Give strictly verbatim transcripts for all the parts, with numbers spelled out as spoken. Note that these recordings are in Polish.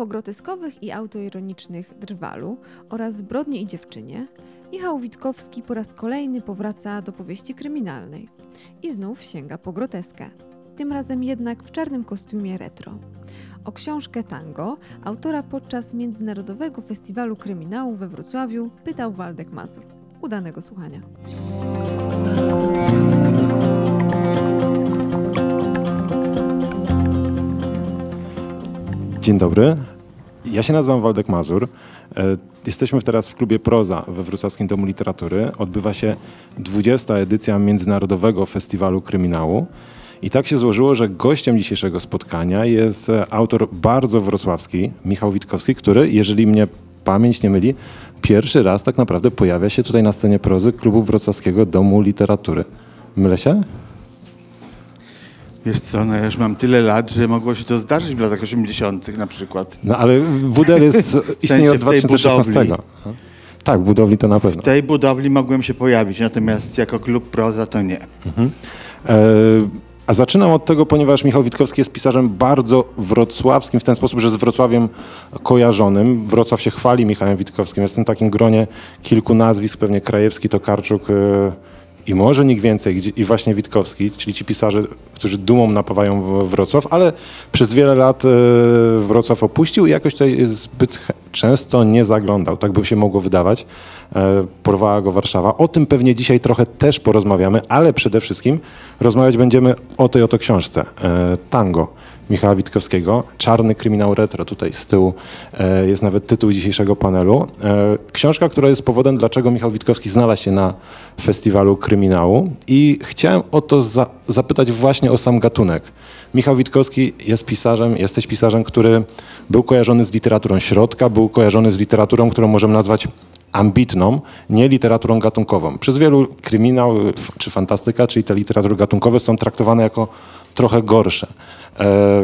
Po groteskowych i autoironicznych Drwalu oraz Zbrodnie i dziewczynie, Michał Witkowski po raz kolejny powraca do powieści kryminalnej i znów sięga po groteskę, tym razem jednak w czarnym kostiumie retro. O książkę Tango autora podczas Międzynarodowego Festiwalu Kryminału we Wrocławiu pytał Waldek Mazur. Udanego słuchania. Dzień dobry, ja się nazywam Waldek Mazur. Jesteśmy teraz w klubie Proza we Wrocławskim Domu Literatury. Odbywa się dwudziesta edycja Międzynarodowego Festiwalu Kryminału. I tak się złożyło, że gościem dzisiejszego spotkania jest autor bardzo wrocławski, Michał Witkowski, który, jeżeli mnie pamięć nie myli, pierwszy raz tak naprawdę pojawia się tutaj na scenie Prozy klubu Wrocławskiego Domu Literatury. Mylę się? Wiesz co, no ja już mam tyle lat, że mogło się to zdarzyć w latach osiemdziesiątych na przykład. No ale W D R jest istnieje od dwa tysiące szesnastego. Tak, w budowli to na pewno. W tej budowli mogłem się pojawić, natomiast jako klub Proza to nie. Mhm. E, a zaczynam od tego, ponieważ Michał Witkowski jest pisarzem bardzo wrocławskim, w ten sposób, że z Wrocławiem kojarzonym. Wrocław się chwali Michałem Witkowskim. Jest w tym takim gronie kilku nazwisk, pewnie Krajewski, Tokarczuk e, i może nikt więcej, gdzie, i właśnie Witkowski, czyli ci pisarze, którzy dumą napawają Wrocław, ale przez wiele lat e, Wrocław opuścił i jakoś tutaj zbyt często nie zaglądał, tak by się mogło wydawać. E, porwała go Warszawa. O tym pewnie dzisiaj trochę też porozmawiamy, ale przede wszystkim rozmawiać będziemy o tej oto książce. E, Tango Michała Witkowskiego, Czarny kryminał retro. Tutaj z tyłu e, jest nawet tytuł dzisiejszego panelu. E, książka, która jest powodem, dlaczego Michał Witkowski znalazł się na festiwalu kryminału i chciałem o to za, zapytać właśnie o sam gatunek. Michał Witkowski jest pisarzem, jesteś pisarzem, który był kojarzony z literaturą środka, był kojarzony z literaturą, którą możemy nazwać ambitną, nie literaturą gatunkową. Przez wielu kryminał czy fantastyka, czyli te literatury gatunkowe są traktowane jako trochę gorsze. E,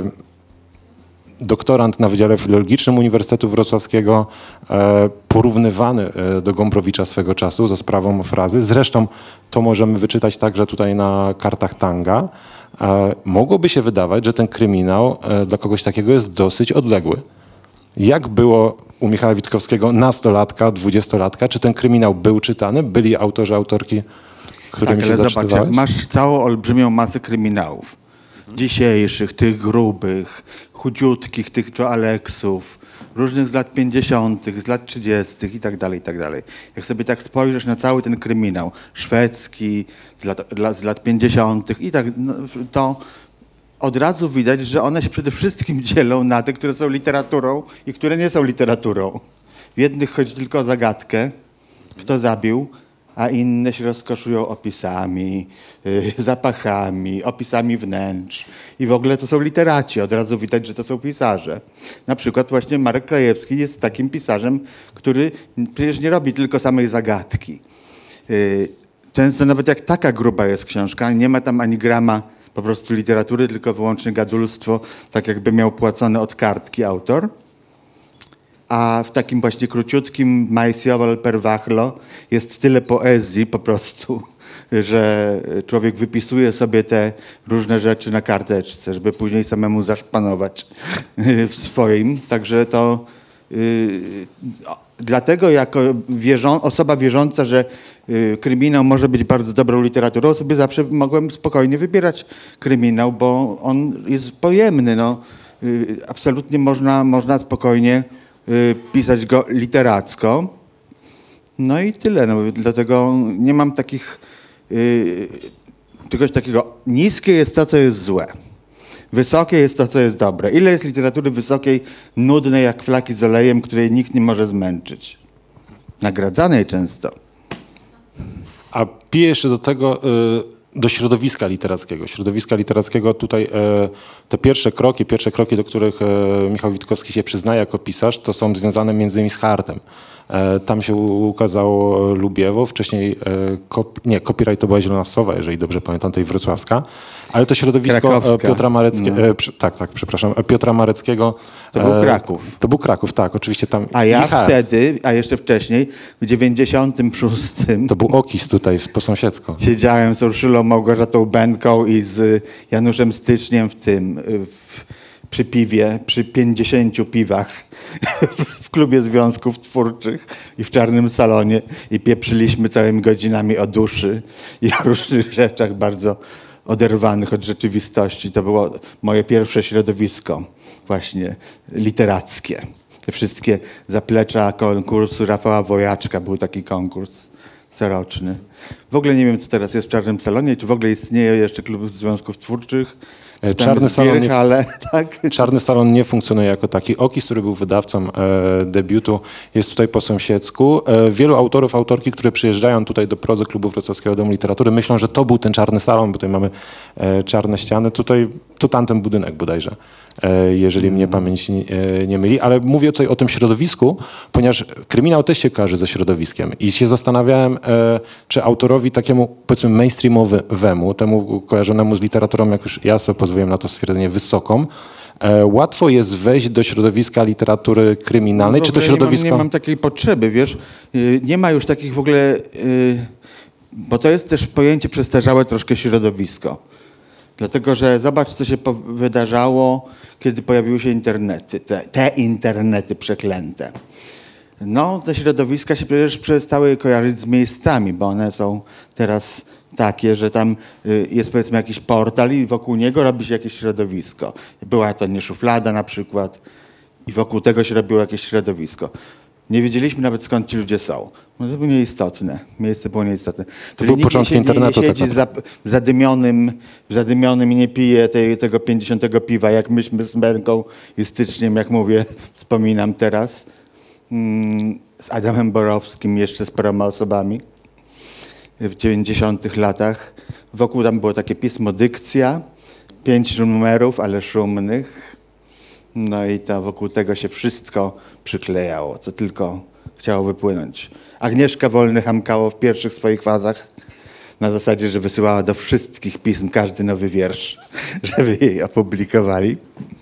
doktorant na Wydziale Filologicznym Uniwersytetu Wrocławskiego, e, porównywany do Gombrowicza swego czasu za sprawą frazy. Zresztą to możemy wyczytać także tutaj na kartach Tanga. E, mogłoby się wydawać, że ten kryminał e, dla kogoś takiego jest dosyć odległy. Jak było u Michała Witkowskiego nastolatka, dwudziestolatka? Czy ten kryminał był czytany? Byli autorzy, autorki, którymi tak, się ale zaczytywałeś? zobacz, jak masz całą olbrzymią masę kryminałów. Dzisiejszych, tych grubych, chudziutkich, tych Aleksów, różnych z lat pięćdziesiątych, z lat trzydziestych i tak dalej, i tak dalej. Jak sobie tak spojrzysz na cały ten kryminał szwedzki z lat, z lat pięćdziesiątych i tak, no, to od razu widać, że one się przede wszystkim dzielą na te, które są literaturą i które nie są literaturą. W jednych chodzi tylko o zagadkę, kto zabił, a inne się rozkoszują opisami, yy, zapachami, opisami wnętrz. I w ogóle to są literaci, od razu widać, że to są pisarze. Na przykład właśnie Marek Krajewski jest takim pisarzem, który przecież nie robi tylko samej zagadki. Yy, często nawet jak taka gruba jest książka, nie ma tam ani grama po prostu literatury, tylko wyłącznie gadulstwo, tak jakby miał płacone od kartki autor. A w takim właśnie króciutkim Majsjowal per Wachlo jest tyle poezji po prostu, że człowiek wypisuje sobie te różne rzeczy na karteczce, żeby później samemu zaszpanować w swoim. Także to yy, dlatego jako wierzą, osoba wierząca, że yy, kryminał może być bardzo dobrą literaturą, sobie zawsze mogłem spokojnie wybierać kryminał, bo on jest pojemny. No. Yy, absolutnie można, można spokojnie pisać go literacko. No i tyle. No, dlatego nie mam takich, yy, czegoś takiego. Niskie jest to, co jest złe. Wysokie jest to, co jest dobre. Ile jest literatury wysokiej, nudnej jak flaki z olejem, której nikt nie może zmęczyć. Nagradzanej często. A piję jeszcze do tego... Yy... do środowiska literackiego. Środowiska literackiego tutaj e, te pierwsze kroki, pierwsze kroki, do których e, Michał Witkowski się przyznaje jako pisarz, to są związane między innymi z Hartem. E, tam się ukazało Lubiewo, wcześniej e, kop, nie, Copyright to była Zielona Sowa, jeżeli dobrze pamiętam, tej wrocławska, ale to środowisko Krakowska. Piotra Mareckiego, No. e, tak, tak, przepraszam, Piotra Mareckiego. To był e, Kraków. To był Kraków, tak, oczywiście tam. A ja Michał, wtedy, a jeszcze wcześniej, w dziewięćdziesiątym szóstym to był Okis tutaj, po sąsiedzku. siedziałem z Urszulą Małgorzatą Benką i z Januszem Styczniem w tym, w, przy piwie, przy pięćdziesięciu piwach w klubie związków twórczych i w czarnym salonie i pieprzyliśmy całymi godzinami o duszy i o różnych rzeczach bardzo oderwanych od rzeczywistości. To było moje pierwsze środowisko właśnie literackie. Te wszystkie zaplecza konkursu Rafała Wojaczka, był taki konkurs coroczny. W ogóle nie wiem, co teraz jest w Czarnym Salonie, czy w ogóle istnieje jeszcze klub związków twórczych. Czarny salon, nie, ale, tak. Czarny Salon nie funkcjonuje jako taki. Okis, który był wydawcą e, debiutu, jest tutaj po sąsiedzku. E, wielu autorów, autorki, które przyjeżdżają tutaj do Prozy Klubu Wrocławskiego Domu Literatury, myślą, że to był ten Czarny Salon, bo tutaj mamy e, czarne ściany. Tutaj to tamten budynek bodajże, e, jeżeli mnie pamięć nie, e, nie myli. Ale mówię tutaj o tym środowisku, ponieważ kryminał też się kojarzy ze środowiskiem. I się zastanawiałem, e, czy autorowi takiemu, powiedzmy, mainstreamowemu, temu kojarzonemu z literaturą, jak już ja sobie pozwoliłem na to stwierdzenie, wysoką, e, łatwo jest wejść do środowiska literatury kryminalnej, No, czy to nie środowisko... mam, nie mam takiej potrzeby, wiesz. Yy, Nie ma już takich w ogóle... Yy, bo to jest też pojęcie przestarzałe troszkę środowisko. Dlatego, że zobacz, co się po- wydarzało, kiedy pojawiły się internety, te, te internety przeklęte. No, te środowiska się przecież przestały kojarzyć z miejscami, bo one są teraz takie, że tam y, jest powiedzmy jakiś portal i wokół niego robi się jakieś środowisko. Była to nie szuflada na przykład i wokół tego się robiło jakieś środowisko. Nie wiedzieliśmy nawet, skąd ci ludzie są. No to było nieistotne. Miejsce było nieistotne. To były początki internetu, nie tak siedzi za, w zadymionym, w zadymionym i nie pije tej, tego pięćdziesiątego piwa, jak myśmy z Merką i Styczniem, jak mówię, wspominam teraz, mm, z Adamem Borowskim, jeszcze z paroma osobami w dziewięćdziesiątych latach. Wokół tam było takie pismo Dykcja, pięć numerów, ale szumnych. No i to wokół tego się wszystko przyklejało, co tylko chciało wypłynąć. Agnieszka Wolny-Hamkało w pierwszych swoich fazach na zasadzie, że wysyłała do wszystkich pism każdy nowy wiersz, żeby jej opublikowali.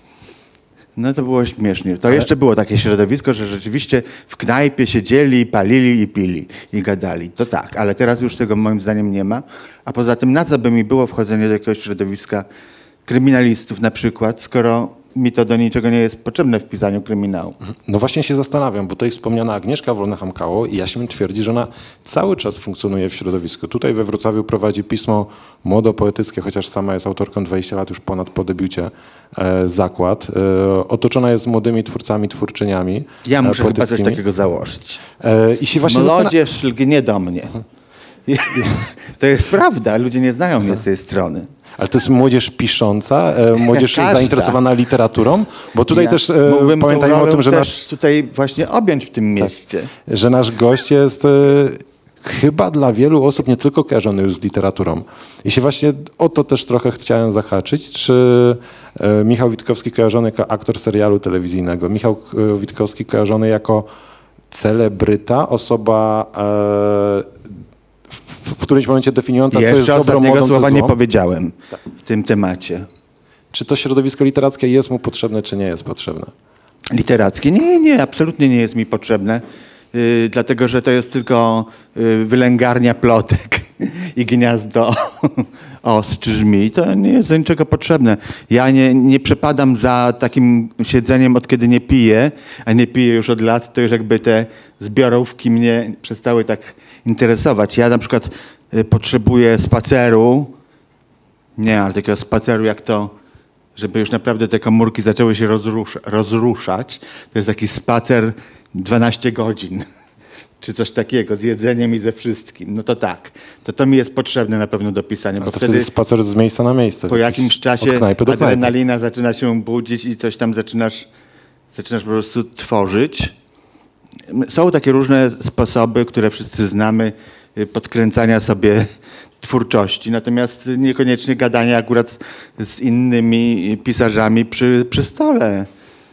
No to było śmiesznie. To jeszcze było takie środowisko, że rzeczywiście w knajpie siedzieli, palili i pili i gadali. To tak, ale teraz już tego moim zdaniem nie ma. A poza tym na co by mi było wchodzenie do jakiegoś środowiska kryminalistów na przykład, skoro mi to do niczego nie jest potrzebne w pisaniu kryminału. No właśnie się zastanawiam, bo tutaj wspomniana Agnieszka Wolna-Hamkało i Jaśmin twierdzi, że ona cały czas funkcjonuje w środowisku. Tutaj we Wrocławiu prowadzi pismo młodopoetyckie, chociaż sama jest autorką dwadzieścia lat już ponad po debiucie, e, Zakład. E, otoczona jest młodymi twórcami, twórczyniami Ja muszę e, chyba coś poetyckimi. takiego założyć. E, I się właśnie zastan- Młodzież lgnie do mnie. To jest prawda, ludzie nie znają mnie z tej strony. Ale to jest młodzież pisząca, e, młodzież Każda. zainteresowana literaturą, bo tutaj Ja też e, mógłbym tą pamiętajmy o rolę tym, że też nasz, tutaj właśnie objąć w tym mieście. że nasz gość jest e, chyba dla wielu osób nie tylko kojarzony już z literaturą. I się właśnie o to też trochę chciałem zahaczyć, czy e, Michał Witkowski kojarzony jako aktor serialu telewizyjnego, Michał e, Witkowski kojarzony jako celebryta, osoba e, w, w którymś momencie definiująca, co jest Jeszcze dobrą ostatniego modą, co słowa nie złą. powiedziałem w tym temacie. Czy to środowisko literackie jest mu potrzebne, czy nie jest potrzebne? Literackie? Nie, nie, absolutnie nie jest mi potrzebne, yy, dlatego że to jest tylko yy, wylęgarnia plotek i gniazdo os czy żmi. To nie jest do niczego potrzebne. Ja nie, nie przepadam za takim siedzeniem, od kiedy nie piję, a nie piję już od lat, to już jakby te zbiorówki mnie przestały tak interesować. Ja na przykład yy, potrzebuję spaceru, nie, ale takiego spaceru jak to, żeby już naprawdę te komórki zaczęły się rozrusza, rozruszać. To jest taki spacer dwanaście godzin, czy coś takiego, z jedzeniem i ze wszystkim. No to tak, to to mi jest potrzebne na pewno do pisania, Ale bo to wtedy wtedy spacer z miejsca na miejsce. po jakiś jakimś czasie od knajpy do knajpy. adrenalina zaczyna się budzić i coś tam zaczynasz, zaczynasz po prostu tworzyć. Są takie różne sposoby, które wszyscy znamy, y, podkręcania sobie twórczości, natomiast niekoniecznie gadania akurat z innymi pisarzami przy, przy stole.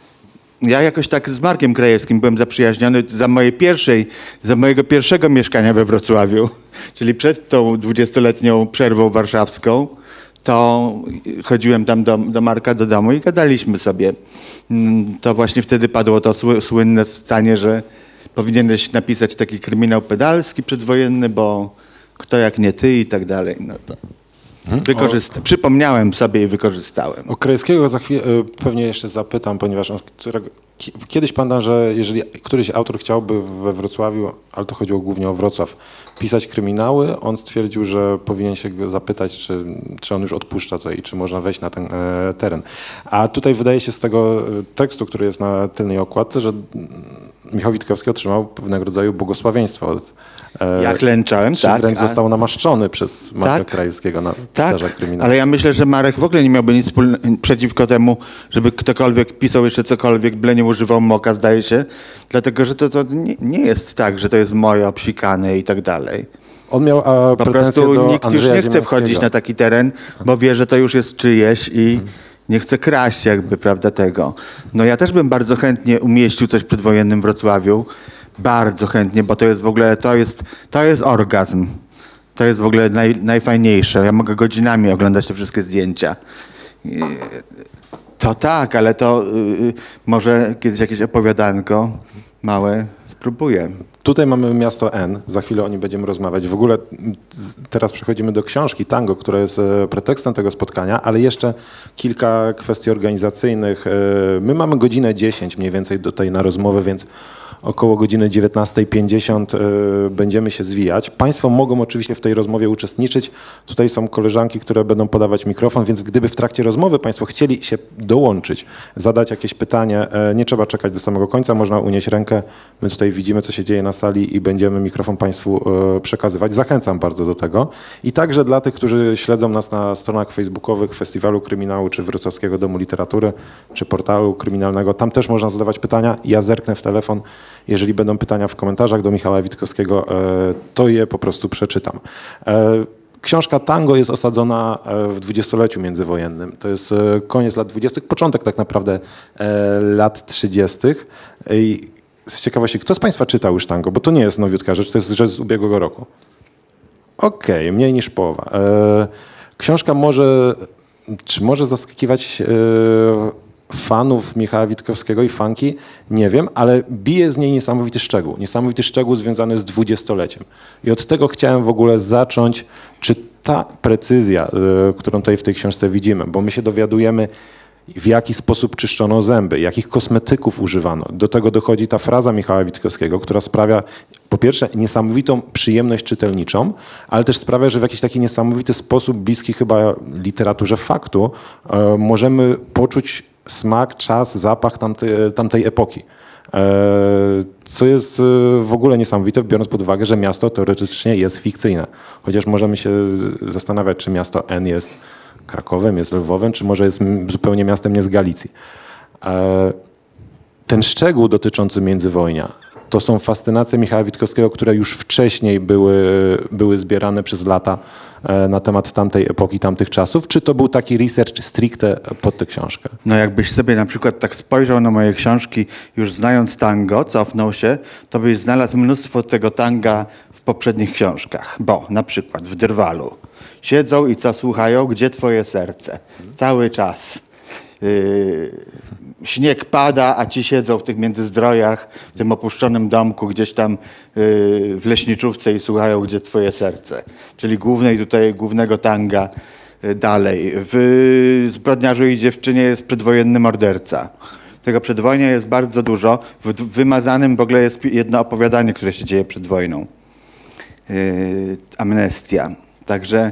Ja jakoś tak z Markiem Krajewskim byłem zaprzyjaźniony za mojej pierwszej, za mojego pierwszego mieszkania we Wrocławiu, czyli przed tą dwudziestoletnią przerwą warszawską, to chodziłem tam do, do Marka do domu i gadaliśmy sobie. Mm, To właśnie wtedy padło to sły, słynne zdanie, że powinieneś napisać taki kryminał pedalski przedwojenny, bo kto jak nie ty i tak dalej. No to Wykorzysta- Przypomniałem sobie i wykorzystałem. O Krajewskiego za chwilę e, pewnie jeszcze zapytam, ponieważ on, z którego, ki- kiedyś pamiętam, że jeżeli któryś autor chciałby we Wrocławiu, ale to chodziło głównie o Wrocław, pisać kryminały, on stwierdził, że powinien się go zapytać, czy, czy on już odpuszcza to i czy można wejść na ten e, teren. A tutaj wydaje się z tego e, tekstu, który jest na tylnej okładce, że mm, Michał Witkowski otrzymał pewnego rodzaju błogosławieństwo od e, Ja klęczałem, czy tak. wręcz a- został namaszczony przez Marka Tak. Krajewskiego na Tak, pisarza kryminału. ale ja myślę, że Marek w ogóle nie miałby nic wspólne- przeciwko temu, żeby ktokolwiek pisał jeszcze cokolwiek, byle nie używał moka, zdaje się, dlatego, że to, to nie, nie jest tak, że to jest moje obsikane i tak dalej. On miał a, Po pretensje prostu do nikt już Andrzeja nie chce wchodzić Ziemiańskiego. na taki teren, bo wie, że to już jest czyjeś i nie chce kraść jakby, prawda, tego. No ja też bym bardzo chętnie umieścił coś w przedwojennym Wrocławiu, bardzo chętnie, bo to jest w ogóle, to jest, to jest orgazm. To jest w ogóle naj, najfajniejsze. Ja mogę godzinami oglądać te wszystkie zdjęcia. I- To tak, ale to y, może kiedyś jakieś opowiadanko małe spróbuję. Tutaj mamy miasto N, za chwilę o nim będziemy rozmawiać. W ogóle m, z- teraz przechodzimy do książki Tango, która jest e, pretekstem tego spotkania, ale jeszcze kilka kwestii organizacyjnych. E, My mamy godzinę dziesięć mniej więcej tutaj na rozmowę, więc około godziny dziewiętnasta pięćdziesiąt e, będziemy się zwijać. Państwo mogą oczywiście w tej rozmowie uczestniczyć. Tutaj są koleżanki, które będą podawać mikrofon, więc gdyby w trakcie rozmowy Państwo chcieli się dołączyć, zadać jakieś pytanie, e, nie trzeba czekać do samego końca, można unieść rękę. My tutaj widzimy, co się dzieje na sali i będziemy mikrofon Państwu e, przekazywać. Zachęcam bardzo do tego. I także dla tych, którzy śledzą nas na stronach facebookowych Festiwalu Kryminału, czy Wrocławskiego Domu Literatury, czy portalu kryminalnego, tam też można zadawać pytania. Ja zerknę w telefon. Jeżeli będą pytania w komentarzach do Michała Witkowskiego, e, to je po prostu przeczytam. E, Książka Tango jest osadzona e, w dwudziestoleciu międzywojennym. To jest e, koniec lat dwudziestych, początek tak naprawdę e, lat trzydziestych. I z ciekawości, kto z Państwa czytał już Tango? Bo to nie jest nowiutka rzecz, to jest rzecz z ubiegłego roku. Okej, mniej niż połowa. E, Książka może, czy może zaskakiwać e, fanów Michała Witkowskiego i fanki? Nie wiem, ale bije z niej niesamowity szczegół. Niesamowity szczegół związany z dwudziestoleciem. I od tego chciałem w ogóle zacząć, czy ta precyzja, y, którą tutaj w tej książce widzimy, bo my się dowiadujemy, w jaki sposób czyszczono zęby, jakich kosmetyków używano. Do tego dochodzi ta fraza Michała Witkowskiego, która sprawia po pierwsze niesamowitą przyjemność czytelniczą, ale też sprawia, że w jakiś taki niesamowity sposób, bliski chyba literaturze faktu, e, możemy poczuć smak, czas, zapach tamtej, tamtej epoki. E, Co jest e, w ogóle niesamowite, biorąc pod uwagę, że miasto teoretycznie jest fikcyjne. Chociaż możemy się zastanawiać, czy miasto N jest Krakowem, jest Lwowem, czy może jest m- zupełnie miastem nie z Galicji. E, Ten szczegół dotyczący międzywojnia, to są fascynacje Michała Witkowskiego, które już wcześniej były, były zbierane przez lata e, na temat tamtej epoki, tamtych czasów. Czy to był taki research stricte pod tę książkę? No jakbyś sobie na przykład tak spojrzał na moje książki, już znając tango, cofnął się, to byś znalazł mnóstwo tego tanga w poprzednich książkach. Bo na przykład w Drwalu siedzą i co słuchają? Gdzie twoje serce? Cały czas. Yy, śnieg pada, a ci siedzą w tych międzyzdrojach, w tym opuszczonym domku gdzieś tam yy, w leśniczówce i słuchają, gdzie twoje serce. Czyli głównej tutaj, głównego tanga. Dalej, w Zbrodniarzu i dziewczynie jest przedwojenny morderca. Tego przedwojnia jest bardzo dużo. W w Wymazanym w ogóle jest jedno opowiadanie, które się dzieje przed wojną. Yy, amnestia. Także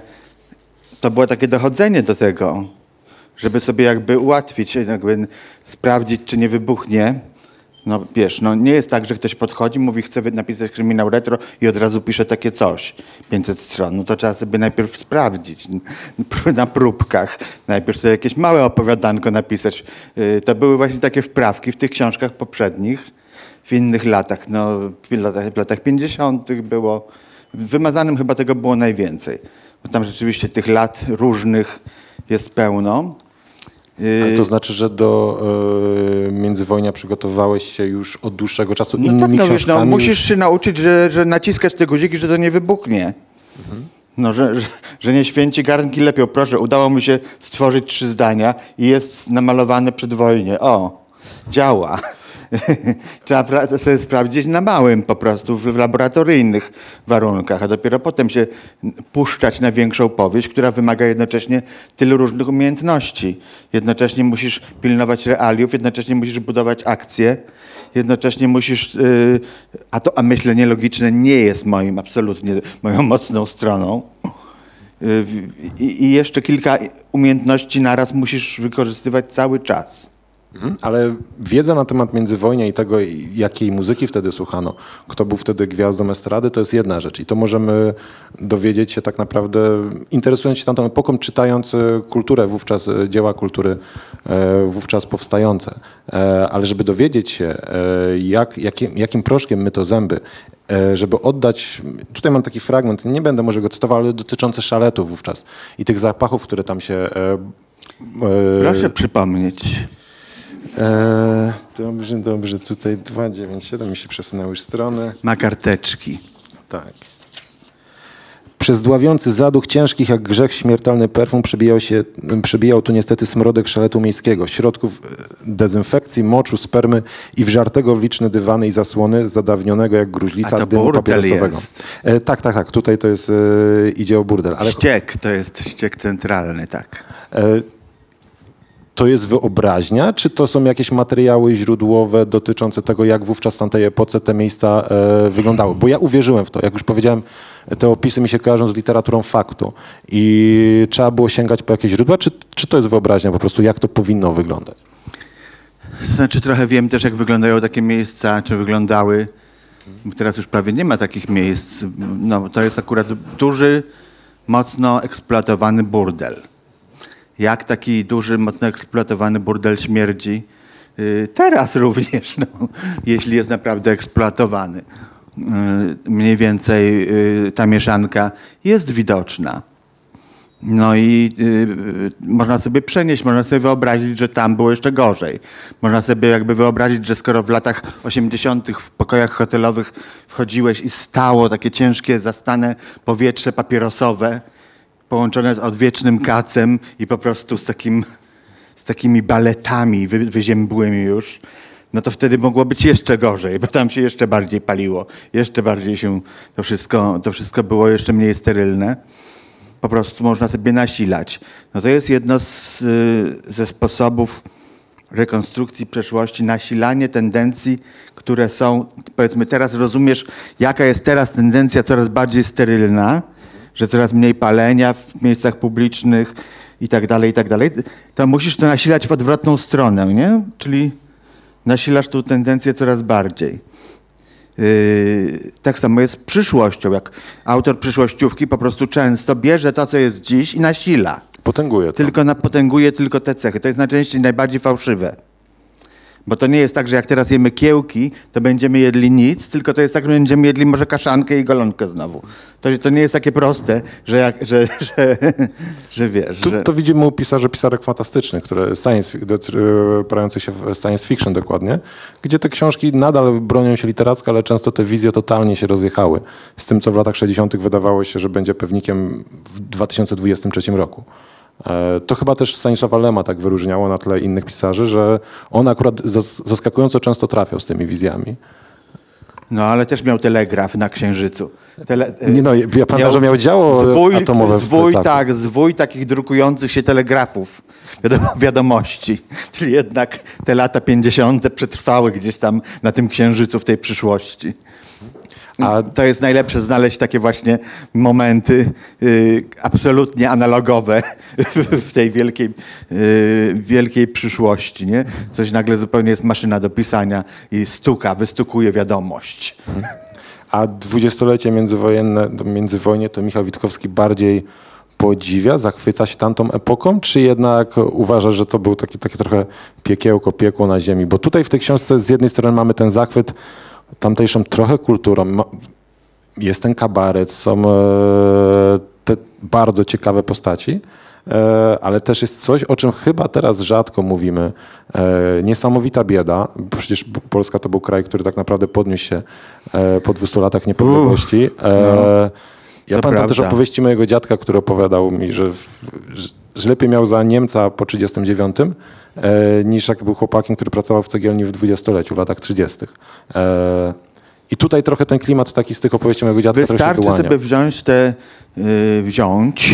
to było takie dochodzenie do tego, żeby sobie jakby ułatwić, jakby sprawdzić, czy nie wybuchnie. No wiesz, no nie jest tak, że ktoś podchodzi, mówi, chce napisać kryminał retro i od razu pisze takie coś, pięćset stron. No to trzeba sobie najpierw sprawdzić na próbkach. Najpierw sobie jakieś małe opowiadanko napisać. Yy, To były właśnie takie wprawki w tych książkach poprzednich, w innych latach. No w latach, w latach pięćdziesiątych było. W Wymazanym chyba tego było najwięcej. Bo tam rzeczywiście tych lat różnych jest pełno. Ale to znaczy, że do e, międzywojnia przygotowałeś się już od dłuższego czasu No innymi tak, no wiesz, no, książkami? musisz się nauczyć, że, że naciskać te guziki, że to nie wybuchnie. Mhm. No, że, że, że nie święci garnki lepią. Proszę, udało mi się stworzyć trzy zdania i jest namalowane przedwojnie. O, działa. trzeba pra- sobie sprawdzić na małym po prostu, w, w laboratoryjnych warunkach, a dopiero potem się puszczać na większą powieść, która wymaga jednocześnie tylu różnych umiejętności. Jednocześnie musisz pilnować realiów, jednocześnie musisz budować akcje, jednocześnie musisz, yy, a to a myślenie logiczne nie jest moim absolutnie moją mocną stroną. Yy, i, I jeszcze kilka umiejętności naraz musisz wykorzystywać cały czas. Mhm. Ale wiedza na temat międzywojnia i tego, jakiej muzyki wtedy słuchano, kto był wtedy gwiazdą estrady, to jest jedna rzecz. I to możemy dowiedzieć się tak naprawdę, interesując się tamtą epoką, czytając kulturę wówczas, dzieła kultury e, wówczas powstające. E, ale żeby dowiedzieć się, e, jak, jakim, jakim proszkiem myto zęby, e, żeby oddać, tutaj mam taki fragment, nie będę może go cytował, ale dotyczący szaletu wówczas i tych zapachów, które tam się... E, e, Proszę przypomnieć. Eee, dobrze, dobrze. Tutaj dwa dziewięć siedem mi się przesunęły strony. Ma karteczki. Tak. Przez dławiący zaduch ciężkich jak grzech śmiertelny perfum przebijał się, przebijał tu niestety smrodek szaletu miejskiego, środków dezynfekcji, moczu, spermy i wżartego w liczne dywany i zasłony, zadawnionego jak gruźlica A to dymu burdel papierosowego. jest. E, tak, tak, tak. Tutaj to jest, e, idzie o burdel. Ale Ściek, to jest ściek centralny, tak. e, to jest wyobraźnia, czy to są jakieś materiały źródłowe dotyczące tego, jak wówczas w tamtej epoce te miejsca e, wyglądały? Bo ja uwierzyłem w to. Jak już powiedziałem, te opisy mi się kojarzą z literaturą faktu i trzeba było sięgać po jakieś źródła, czy, czy to jest wyobraźnia po prostu, jak to powinno wyglądać? To znaczy trochę wiem też, jak wyglądają takie miejsca, czy wyglądały. Teraz już prawie nie ma takich miejsc. No, to jest akurat duży, mocno eksploatowany burdel. Jak taki duży, mocno eksploatowany burdel śmierdzi? Yy, teraz również, no, jeśli jest naprawdę eksploatowany. Yy, mniej więcej yy, ta mieszanka jest widoczna. No i yy, można sobie przenieść, można sobie wyobrazić, że tam było jeszcze gorzej. Można sobie jakby wyobrazić, że skoro w latach osiemdziesiątych w pokojach hotelowych wchodziłeś i stało takie ciężkie, zastane powietrze papierosowe, połączone z odwiecznym kacem i po prostu z, takim, z takimi baletami wy, wyziębłymi już, no to wtedy mogło być jeszcze gorzej, bo tam się jeszcze bardziej paliło, jeszcze bardziej się to wszystko, to wszystko było jeszcze mniej sterylne. Po prostu można sobie nasilać. No to jest jedno z, ze sposobów rekonstrukcji przeszłości, nasilanie tendencji, które są, powiedzmy teraz rozumiesz, jaka jest teraz tendencja coraz bardziej sterylna, że coraz mniej palenia w miejscach publicznych i tak dalej, i tak dalej, to musisz to nasilać w odwrotną stronę, nie? Czyli nasilasz tą tendencję coraz bardziej. Yy, tak samo jest z przyszłością, jak autor przyszłościówki po prostu często bierze to, co jest dziś i nasila. Potęguje to. Tylko napotęguje tylko te cechy. To jest najczęściej najbardziej fałszywe. Bo to nie jest tak, że jak teraz jemy kiełki, to będziemy jedli nic, tylko to jest tak, że będziemy jedli może kaszankę i golonkę znowu. To, to nie jest takie proste, że, jak, że, że, że wiesz. Tu, że... to widzimy u pisarzy pisarek fantastycznych, które science, operających się w science fiction dokładnie, gdzie te książki nadal bronią się literacko, ale często te wizje totalnie się rozjechały z tym, co w latach sześćdziesiątych wydawało się, że będzie pewnikiem w dwa tysiące dwudziestym trzecim roku. To chyba też Stanisława Lema tak wyróżniało na tle innych pisarzy, że on akurat zaskakująco często trafiał z tymi wizjami. No, ale też miał telegraf na Księżycu. Tele... Nie no, ja pamiętam, że miał działo zwój, atomowe w zwój, plecaku. tak, zwój takich drukujących się telegrafów, wiadom wiadomości. Czyli jednak te lata pięćdziesiąte przetrwały gdzieś tam na tym Księżycu w tej przyszłości. A to jest najlepsze znaleźć takie właśnie momenty y, absolutnie analogowe w tej wielkiej, y, wielkiej przyszłości. Nie? Coś nagle zupełnie jest maszyna do pisania i stuka, wystukuje wiadomość. A dwudziestolecie międzywojenne, międzywojnie to Michał Witkowski bardziej podziwia, zachwyca się tamtą epoką, czy jednak uważa, że to był taki, takie trochę piekiełko, piekło na ziemi? Bo tutaj w tej książce z jednej strony mamy ten zachwyt tamtejszą trochę kulturą. Jest ten kabaret, są te bardzo ciekawe postaci, ale też jest coś, o czym chyba teraz rzadko mówimy. Niesamowita bieda, bo przecież Polska to był kraj, który tak naprawdę podniósł się po dwustu latach niepodległości. Uff, no, ja pamiętam prawda. też opowieści mojego dziadka, który opowiadał mi, że, że że lepiej miał za Niemca po trzydziestym dziewiątym e, niż jak był chłopakiem, który pracował w cegielni w dwudziestoleciu, w latach trzydziestych. E, I tutaj trochę ten klimat taki z tych opowieści mojego dziadka trochę się Wystarczy wyłania. sobie wziąć te, y, wziąć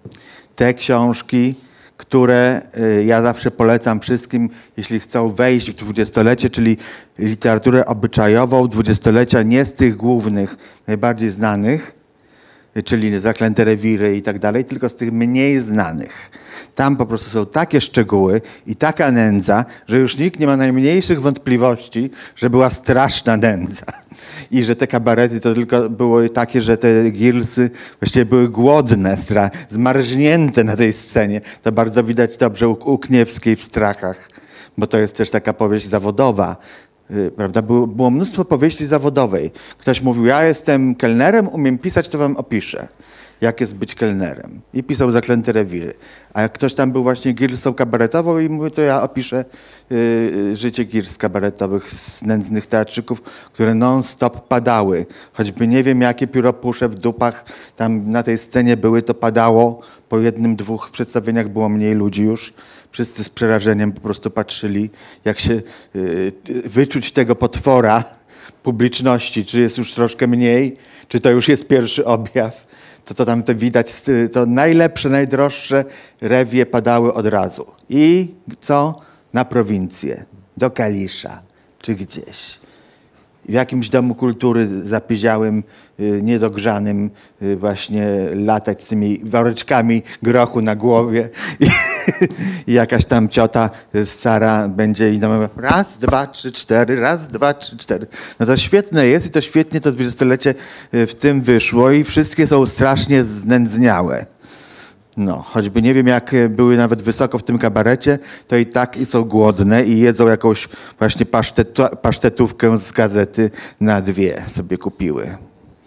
te książki, które y, ja zawsze polecam wszystkim, jeśli chcą wejść w dwudziestolecie, czyli literaturę obyczajową dwudziestolecia, nie z tych głównych, najbardziej znanych, y, czyli Zaklęte rewiry i tak dalej, tylko z tych mniej znanych. Tam po prostu są takie szczegóły i taka nędza, że już nikt nie ma najmniejszych wątpliwości, że była straszna nędza. I że te kabarety to tylko było takie, że te Gillsy właściwie były głodne, stra- zmarznięte na tej scenie. To bardzo widać dobrze u, u Kniewskiej w Strachach, bo to jest też taka powieść zawodowa. Yy, prawda? Było, było mnóstwo powieści zawodowej. Ktoś mówił, ja jestem kelnerem, umiem pisać, to wam opiszę, jak jest być kelnerem. I pisał Zaklęte rewiry. A jak ktoś tam był właśnie Gillsą kabaretową i mówi, to ja opiszę yy, życie Girs kabaretowych z nędznych teatrzyków, które non-stop padały. Choćby nie wiem, jakie pióropusze w dupach tam na tej scenie były, to padało. Po jednym, dwóch przedstawieniach było mniej ludzi już. Wszyscy z przerażeniem po prostu patrzyli, jak się yy, wyczuć tego potwora publiczności, czy jest już troszkę mniej, czy to już jest pierwszy objaw. To, to tam to widać, to najlepsze, najdroższe rewie padały od razu. I co? Na prowincję, do Kalisza, czy gdzieś. W jakimś domu kultury zapyziałym, niedogrzanym właśnie latać z tymi woreczkami grochu na głowie. I, i jakaś tam ciota stara będzie i tam raz, dwa, trzy, cztery, raz, dwa, trzy, cztery. No to świetne jest i to świetnie to dwudziestolecie w tym wyszło i wszystkie są strasznie znędzniałe. No, choćby nie wiem, jak były nawet wysoko w tym kabarecie, to i tak i są głodne i jedzą jakąś właśnie pasztetu- pasztetówkę z gazety na dwie sobie kupiły.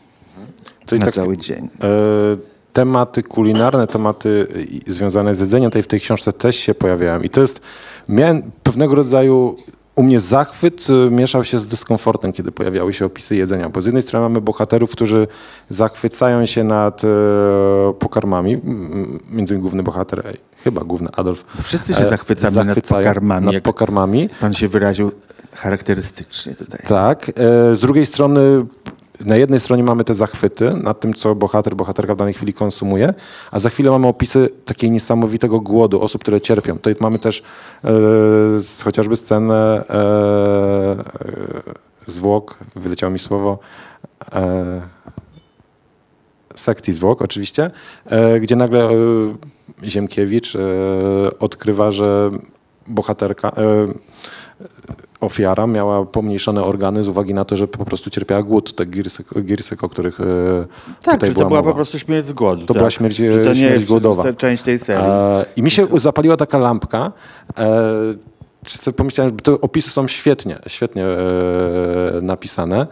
To i na tak, cały dzień. E, tematy kulinarne, tematy i- związane z jedzeniem tutaj w tej książce też się pojawiają. I to jest, miałem pewnego rodzaju, u mnie zachwyt y, mieszał się z dyskomfortem, kiedy pojawiały się opisy jedzenia. Bo z jednej strony mamy bohaterów, którzy zachwycają się nad e, pokarmami, m, między innymi główny bohater, ej, chyba główny Adolf. Wszyscy się e, zachwycamy nad zachwycają pokarmami, Nad jak pokarmami. pan się wyraził charakterystycznie tutaj. Tak. E, z drugiej strony, na jednej stronie mamy te zachwyty nad tym, co bohater, bohaterka w danej chwili konsumuje, a za chwilę mamy opisy takiego niesamowitego głodu osób, które cierpią. Tutaj mamy też e, z, chociażby scenę e, e, zwłok, wyleciało mi słowo, e, sekcji zwłok oczywiście, e, gdzie nagle e, Ziemkiewicz e, odkrywa, że bohaterka, e, ofiara miała pomniejszone organy z uwagi na to, że po prostu cierpiała głód. Te girsy, girsy o których e, Tak, tutaj że była to była mowa. po prostu śmierć z głodu. To tak. była śmierć, Że to nie śmierć jest głodowa. to część tej serii. E, I mi się zapaliła taka lampka. E, czy sobie pomyślałem, że te opisy są świetnie, świetnie e, napisane.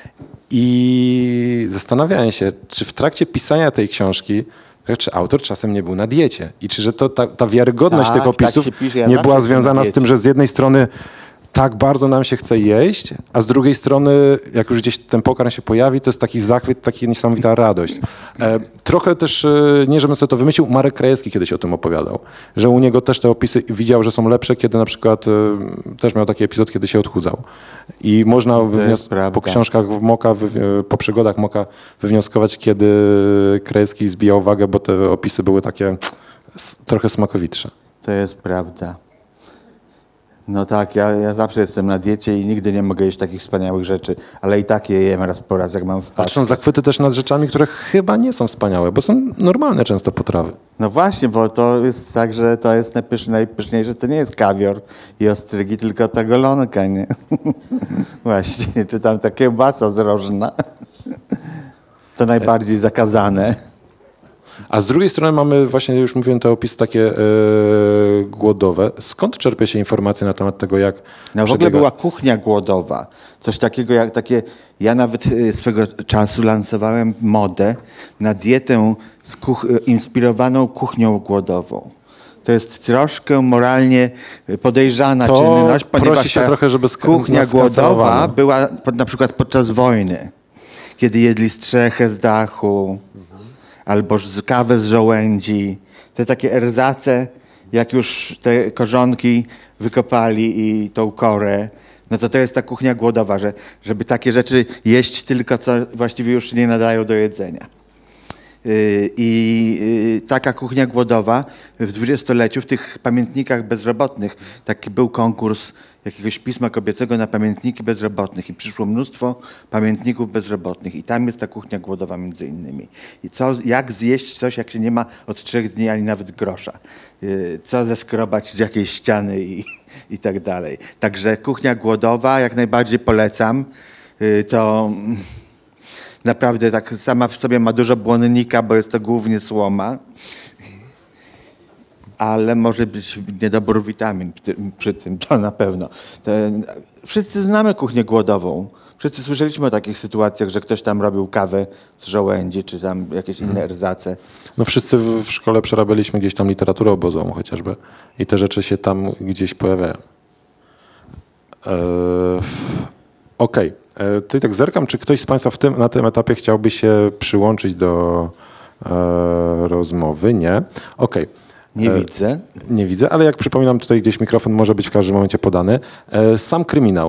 I zastanawiałem się, czy w trakcie pisania tej książki, czy autor czasem nie był na diecie i czy że to, ta, ta wiarygodność Tak, tych opisów tak się pisze. Ja nie zawsze była jestem na związana z tym, diecie. że z jednej strony tak bardzo nam się chce jeść, a z drugiej strony, jak już gdzieś ten pokarm się pojawi, to jest taki zachwyt, taka niesamowita radość. E, trochę też, e, nie żebym sobie to wymyślił, Marek Krajewski kiedyś o tym opowiadał, że u niego też te opisy widział, że są lepsze, kiedy na przykład e, też miał taki epizod, kiedy się odchudzał. I można wywniosk- prawda. po książkach Moka, wy- po przygodach Moka wywnioskować, kiedy Krajewski zbijał wagę, bo te opisy były takie s- trochę smakowitsze. To jest prawda. No tak, ja, ja zawsze jestem na diecie i nigdy nie mogę jeść takich wspaniałych rzeczy, ale i tak je jem raz po raz, jak mam A wpaść. są zachwyty też nad rzeczami, które chyba nie są wspaniałe, bo są normalne często potrawy. No właśnie, bo to jest tak, że to jest najpysz, najpyszniejsze, to nie jest kawior i ostrygi, tylko ta golonka, nie? Właśnie, czy tam ta kiełbasa zrożna. To najbardziej zakazane. A z drugiej strony mamy właśnie, już mówiłem, te opisy takie e, głodowe. Skąd czerpie się informacje na temat tego, jak No w ogóle przebiega- była kuchnia głodowa. Coś takiego jak takie... Ja nawet y, swego czasu lansowałem modę na dietę z kuch- inspirowaną kuchnią głodową. To jest troszkę moralnie podejrzana To czynność, prosi ponieważ się ta trochę, żeby sk- kuchnia nas głodowa skancerowano. była pod, na przykład podczas wojny, kiedy jedli strzechę z dachu, albo z kawę z żołędzi. Te takie erzace, jak już te korzonki wykopali i tą korę, no to to jest ta kuchnia głodowa, że, żeby takie rzeczy jeść tylko, co właściwie już się nie nadają do jedzenia. I taka kuchnia głodowa w dwudziestoleciu w tych pamiętnikach bezrobotnych, taki był konkurs jakiegoś pisma kobiecego na pamiętniki bezrobotnych i przyszło mnóstwo pamiętników bezrobotnych i tam jest ta kuchnia głodowa między innymi. I co, jak zjeść coś, jak się nie ma od trzech dni ani nawet grosza. Co zeskrobać z jakiejś ściany i, i tak dalej. Także kuchnia głodowa jak najbardziej polecam. To naprawdę tak sama w sobie ma dużo błonnika, bo jest to głównie słoma. Ale może być niedobór witamin przy tym, to na pewno. Te, wszyscy znamy kuchnię głodową. Wszyscy słyszeliśmy o takich sytuacjach, że ktoś tam robił kawę z żołędzi, czy tam jakieś inne erzace. No wszyscy w, w szkole przerabialiśmy gdzieś tam literaturę obozową chociażby i te rzeczy się tam gdzieś pojawiają. Eee, Okej. Okay. Ty tak zerkam, czy ktoś z Państwa w tym, na tym etapie chciałby się przyłączyć do e, rozmowy? Nie? Okej. Okay. Nie widzę. Nie widzę, ale jak przypominam, tutaj gdzieś mikrofon może być w każdym momencie podany. Sam kryminał.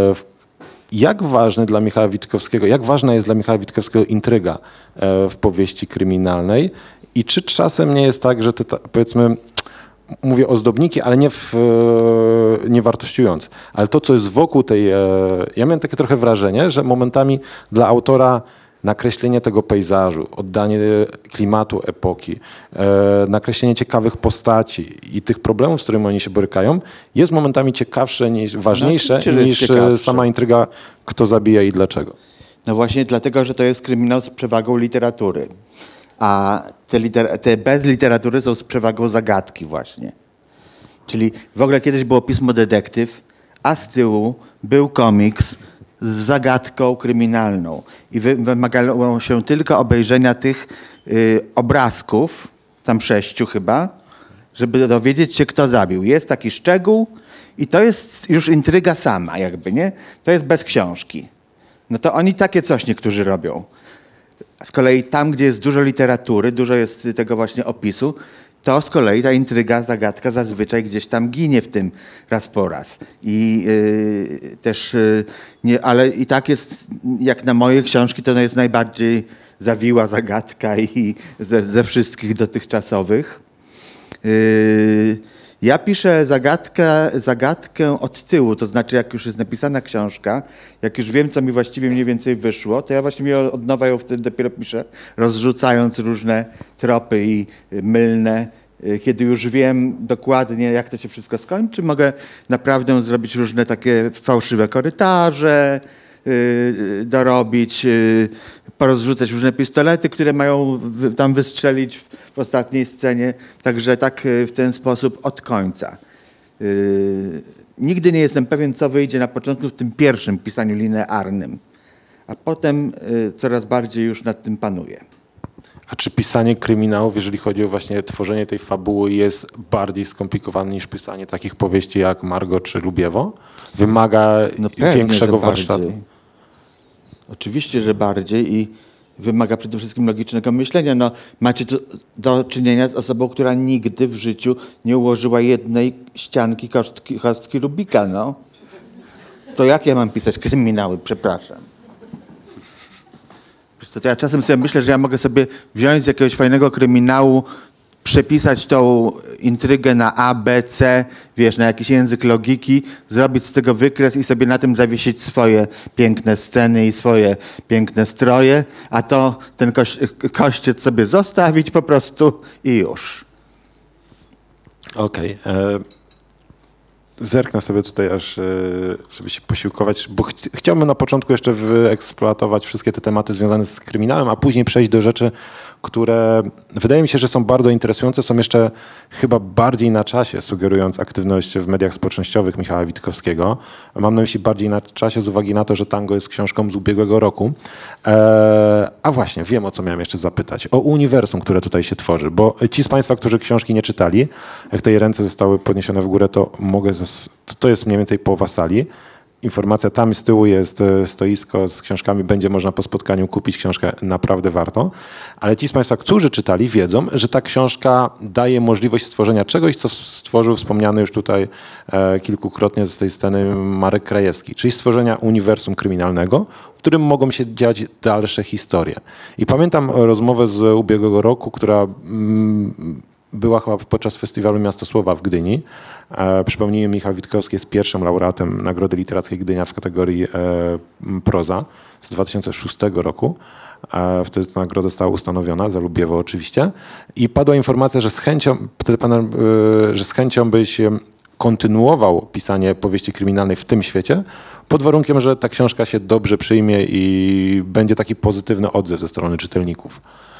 Jak ważny dla Michała Witkowskiego, jak ważna jest dla Michała Witkowskiego intryga w powieści kryminalnej i czy czasem nie jest tak, że te, powiedzmy, mówię ozdobniki, ale nie, w, nie wartościując, ale to, co jest wokół tej... Ja miałem takie trochę wrażenie, że momentami dla autora nakreślenie tego pejzażu, oddanie klimatu epoki, e, nakreślenie ciekawych postaci i tych problemów, z którymi oni się borykają, jest momentami ciekawsze, niż, ważniejsze no, niż ciekawsze. Sama intryga, kto zabija i dlaczego. No właśnie dlatego, że to jest kryminał z przewagą literatury, a te, liter te bez literatury są z przewagą zagadki właśnie. Czyli w ogóle kiedyś było pismo detektyw, a z tyłu był komiks z zagadką kryminalną i wymagało się tylko obejrzenia tych y, obrazków, tam sześciu chyba, żeby dowiedzieć się, kto zabił. Jest taki szczegół i to jest już intryga sama jakby, nie? To jest bez książki. No to oni takie coś niektórzy robią. Z kolei tam, gdzie jest dużo literatury, dużo jest tego właśnie opisu, to z kolei ta intryga, zagadka zazwyczaj gdzieś tam ginie w tym raz po raz. I yy, też, yy, nie, ale i tak jest, jak na moje książki, to jest najbardziej zawiła zagadka i ze, ze wszystkich dotychczasowych. Yy, ja piszę zagadkę, zagadkę od tyłu, to znaczy jak już jest napisana książka, jak już wiem, co mi właściwie mniej więcej wyszło, to ja właściwie od nowa ją wtedy dopiero piszę, rozrzucając różne tropy i mylne. Kiedy już wiem dokładnie, jak to się wszystko skończy, mogę naprawdę zrobić różne takie fałszywe korytarze, yy, dorobić, yy, porozrzucać różne pistolety, które mają w, tam wystrzelić w, w ostatniej scenie. Także tak yy, w ten sposób od końca. Yy, nigdy nie jestem pewien, co wyjdzie na początku w tym pierwszym pisaniu linearnym, a potem yy, coraz bardziej już nad tym panuję. A czy pisanie kryminałów, jeżeli chodzi o właśnie tworzenie tej fabuły, jest bardziej skomplikowane niż pisanie takich powieści jak Margot czy Lubiewo? Wymaga no pewnie, większego że warsztatu? Bardziej. Oczywiście, że bardziej i wymaga przede wszystkim logicznego myślenia. No, macie tu do czynienia z osobą, która nigdy w życiu nie ułożyła jednej ścianki kostki, kostki Rubika. No. To jak ja mam pisać kryminały? Przepraszam. To ja czasem sobie myślę, że ja mogę sobie wziąć z jakiegoś fajnego kryminału, przepisać tą intrygę na A, B, C, wiesz, na jakiś język logiki, zrobić z tego wykres i sobie na tym zawiesić swoje piękne sceny i swoje piękne stroje, a to ten koś, kościec sobie zostawić po prostu i już. Okej. Okay. Zerknę sobie tutaj aż, żeby się posiłkować, bo ch chciałbym na początku jeszcze wyeksploatować wszystkie te tematy związane z kryminałem, a później przejść do rzeczy, które wydaje mi się, że są bardzo interesujące, są jeszcze chyba bardziej na czasie, sugerując aktywność w mediach społecznościowych Michała Witkowskiego. Mam na myśli bardziej na czasie z uwagi na to, że Tango jest książką z ubiegłego roku. Eee, a właśnie, wiem, o co miałem jeszcze zapytać. O uniwersum, które tutaj się tworzy, bo ci z Państwa, którzy książki nie czytali, jak te ręce zostały podniesione w górę, to mogę, to jest mniej więcej połowa sali. informacja, tam z tyłu jest e, stoisko z książkami, będzie można po spotkaniu kupić książkę, naprawdę warto. Ale ci z Państwa, którzy czytali, wiedzą, że ta książka daje możliwość stworzenia czegoś, co stworzył wspomniany już tutaj e, kilkukrotnie z tej sceny Marek Krajewski, czyli stworzenia uniwersum kryminalnego, w którym mogą się dziać dalsze historie. I pamiętam rozmowę z ubiegłego roku, która mm, była chyba podczas festiwalu Miasto Słowa w Gdyni. E, przypomnijmy, Michał Witkowski jest pierwszym laureatem Nagrody Literackiej Gdynia w kategorii e, proza z dwa tysiące szóstego roku. E, wtedy ta nagroda została ustanowiona, za Lubiewo oczywiście. I padła informacja, że z chęcią, wtedy pan, e, że z chęcią byś kontynuował pisanie powieści kryminalnej w tym świecie, pod warunkiem, że ta książka się dobrze przyjmie i będzie taki pozytywny odzew ze strony czytelników.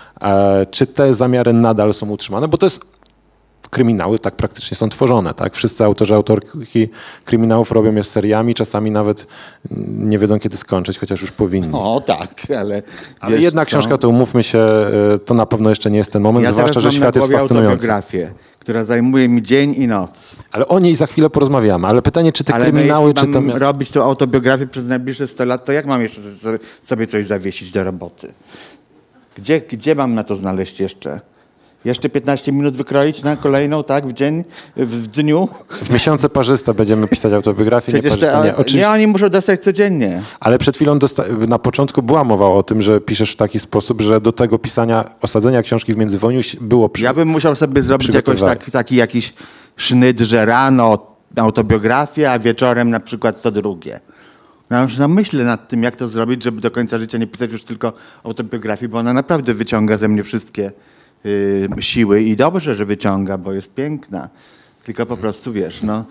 E, czy te zamiary nadal są utrzymane? Bo to jest, kryminały tak praktycznie są tworzone, tak? Wszyscy autorzy, autorki kryminałów robią je seriami, czasami nawet nie wiedzą, kiedy skończyć, chociaż już powinni. O tak, ale... Ale wiesz jedna co? książka, to umówmy się, e, to na pewno jeszcze nie jest ten moment, Ja zwłaszcza, teraz że mam świat na jest głowie fascynujący. autobiografię, która zajmuje mi dzień i noc. Ale o niej za chwilę porozmawiamy. Ale pytanie, czy te Ale kryminały, no, czy jeśli to... mam robić tą autobiografię przez najbliższe sto lat, to jak mam jeszcze sobie- sobie coś zawiesić do roboty? Gdzie, gdzie mam na to znaleźć jeszcze? Jeszcze piętnaście minut wykroić na kolejną, tak, w dzień, w, w dniu? W miesiące parzysta będziemy pisać autobiografię, nie Przecież parzysta, te, nie. Oczywiście. nie, oni muszą dostać codziennie. Ale przed chwilą dosta- na początku była mowa o tym, że piszesz w taki sposób, że do tego pisania, osadzenia książki w międzywojniu było przy... Ja bym musiał sobie zrobić jakoś Przygotowałem. tak, taki jakiś sznyt, że rano autobiografia, a wieczorem na przykład to drugie. Ja już no myślę nad tym, jak to zrobić, żeby do końca życia nie pisać już tylko autobiografii, bo ona naprawdę wyciąga ze mnie wszystkie y, siły i dobrze, że wyciąga, bo jest piękna. Tylko po prostu, wiesz, no,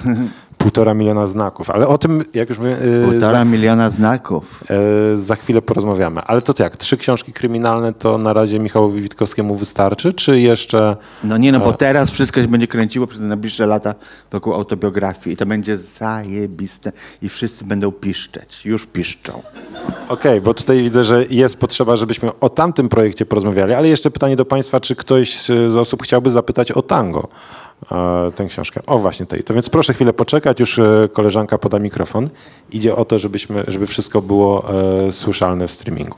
Półtora miliona znaków. Ale o tym, jak już mówię, yy, półtora za, miliona znaków. yy, za chwilę porozmawiamy. Ale to jak, trzy książki kryminalne to na razie Michałowi Witkowskiemu wystarczy, czy jeszcze... No nie, no bo teraz wszystko się będzie kręciło przez najbliższe lata wokół autobiografii i to będzie zajebiste i wszyscy będą piszczeć. Już piszczą. Okej, bo tutaj widzę, że jest potrzeba, żebyśmy o tamtym projekcie porozmawiali, ale jeszcze pytanie do Państwa, czy ktoś z osób chciałby zapytać o tango, e, tę książkę. O, właśnie tej. To więc proszę chwilę poczekać, już e, koleżanka poda mikrofon. Idzie o to, żebyśmy, żeby wszystko było e, słyszalne w streamingu.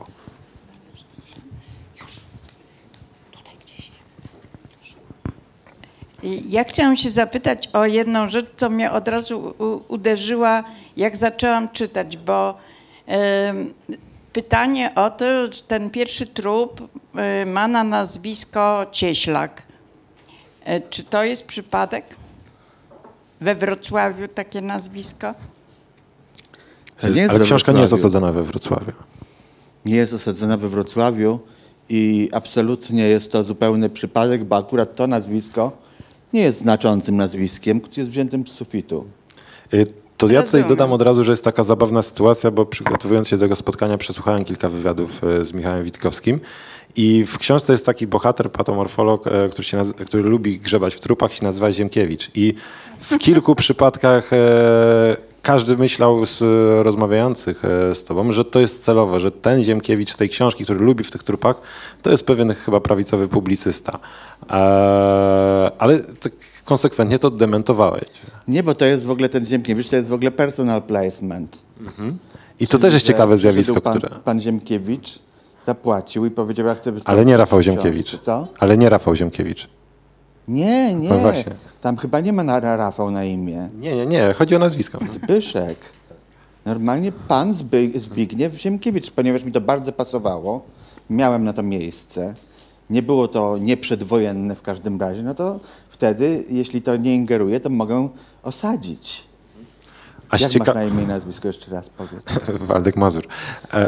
Ja chciałam się zapytać o jedną rzecz, co mnie od razu u- uderzyła, jak zaczęłam czytać, bo em, pytanie o to, że ten pierwszy trup e, ma na nazwisko Cieślak. E, Czy to jest przypadek? We Wrocławiu takie nazwisko? To nie jest Ale we książka nie jest Wrocławiu. osadzona we Wrocławiu. Nie jest osadzona we Wrocławiu i absolutnie jest to zupełny przypadek, bo akurat to nazwisko nie jest znaczącym nazwiskiem, które jest wziętym z sufitu. Y, To ja tutaj Rozumiem. dodam od razu, że jest taka zabawna sytuacja, bo przygotowując się do tego spotkania przesłuchałem kilka wywiadów e, z Michałem Witkowskim i w książce jest taki bohater, patomorfolog, e, który, się naz- który lubi grzebać w trupach, się nazywa Ziemkiewicz i w kilku przypadkach e, każdy myślał z e, rozmawiających e, z tobą, że to jest celowe, że ten Ziemkiewicz z tej książki, który lubi w tych trupach, to jest pewien chyba prawicowy publicysta. E, ale tak konsekwentnie to dementowałeś. Nie, bo to jest w ogóle ten Ziemkiewicz, to jest w ogóle personal placement. I to też jest Że ciekawe przyszedł zjawisko, pan, które... Pan Ziemkiewicz zapłacił i powiedział, ja chcę wystąpić. Ale nie Rafał w książce. Ziemkiewicz. Co? Ale nie Rafał Ziemkiewicz. Nie, nie. No właśnie. Tam chyba nie ma na na Rafał na imię. Nie, nie, nie. Chodzi o nazwisko. Zbyszek. Normalnie pan Zby, Zbigniew Ziemkiewicz, ponieważ mi to bardzo pasowało, miałem na to miejsce, nie było to nieprzedwojenne w każdym razie, no to wtedy, jeśli to nie ingeruje, to mogę osadzić. A Jak cieka... masz na imię i nazwisko, jeszcze raz powiedz. Waldek Mazur. E,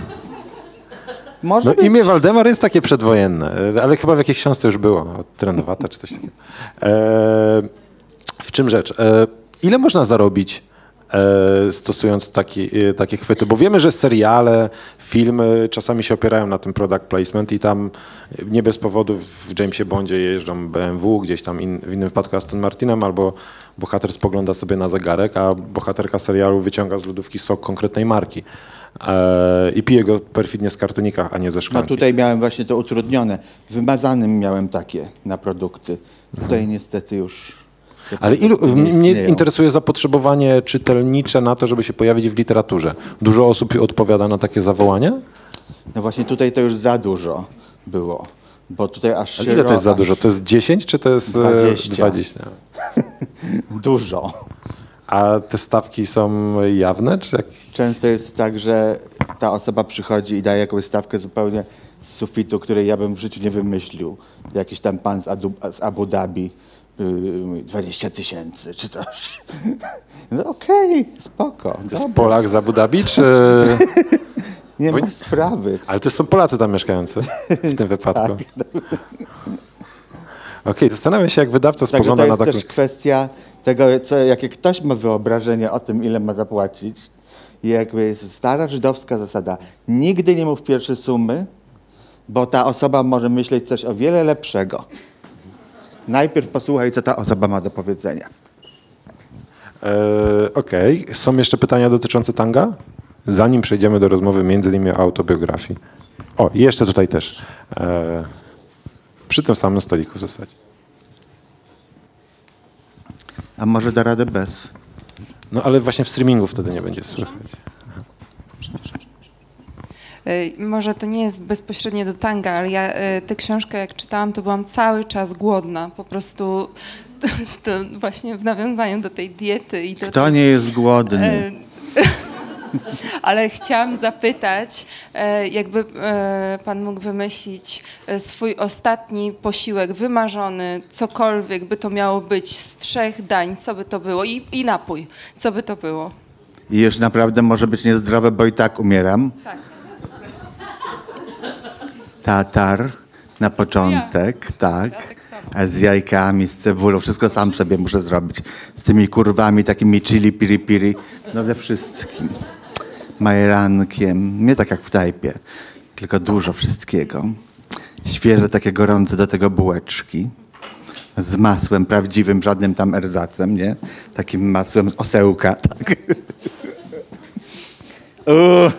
Może no być. imię Waldemar jest takie przedwojenne, e, ale chyba w jakiejś książce już było. Od Trenowata czy coś takiego. E, w czym rzecz? E, ile można zarobić e, stosując taki, e, takie chwyty? Bo wiemy, że seriale, filmy czasami się opierają na tym product placement i tam nie bez powodu w Jamesie Bondzie jeżdżą B M W, gdzieś tam in, w innym wypadku Aston Martinem, albo bohater spogląda sobie na zegarek, a bohaterka serialu wyciąga z lodówki sok konkretnej marki e, i pije go perfidnie z kartonika, a nie ze No szklanki. tutaj miałem właśnie to utrudnione. W wymazanym miałem takie na produkty. Tutaj niestety już Ale ilu, nie mnie istnieją. interesuje zapotrzebowanie czytelnicze na to, żeby się pojawić w literaturze. Dużo osób odpowiada na takie zawołanie? No właśnie tutaj to już za dużo było, bo tutaj aż Ale się ile to jest za ro- dużo? To jest dziesięć czy to jest e, dwadzieścia. dwadzieścia? Dużo. A te stawki są jawne? Czy jak... Często jest tak, że ta osoba przychodzi i daje jakąś stawkę zupełnie z sufitu, której ja bym w życiu nie wymyślił. Jakiś tam pan z, Adu, z Abu Dhabi, yy, dwadzieścia tysięcy czy coś. No okej, spoko. To jest dobra. Polak z Abu Dhabi, czy... Nie Bo- ma sprawy. Ale to są Polacy tam mieszkający w tym wypadku. Okej, zastanawiam się, jak wydawca Także spogląda to na jest taką... też kwestia tego, co, jakie ktoś ma wyobrażenie o tym, ile ma zapłacić. I jakby jest stara żydowska zasada. Nigdy nie mów pierwszej sumy, bo ta osoba może myśleć coś o wiele lepszego. Najpierw posłuchaj, co ta osoba ma do powiedzenia. E, Okej, są jeszcze pytania dotyczące tanga? Zanim przejdziemy do rozmowy między innymi o autobiografii. O, i jeszcze tutaj też. E, przy tym samym stoliku w zasadzie. A może da radę bez? No ale właśnie w streamingu wtedy nie będzie słychać. Ej, Może to nie jest bezpośrednio do tanga, ale ja e, tę książkę jak czytałam, to byłam cały czas głodna. Po prostu to, to właśnie w nawiązaniu do tej diety i do Kto nie jest głodny? E, Ale chciałam zapytać, e, jakby e, pan mógł wymyślić e, swój ostatni posiłek, wymarzony, cokolwiek by to miało być z trzech dań, co by to było? I, i napój, co by to było? I już naprawdę może być niezdrowe, bo i tak umieram. Tak. Tatar na początek, tak. A z jajkami, z cebulą, wszystko sam sobie muszę zrobić. Z tymi kurwami, takimi chili piri piri, no ze wszystkim. Majerankiem, nie tak jak w tajpie, tylko dużo wszystkiego. Świeże, takie gorące do tego bułeczki. Z masłem prawdziwym, żadnym tam erzacem, nie? Takim masłem z osełka, tak. Uuu.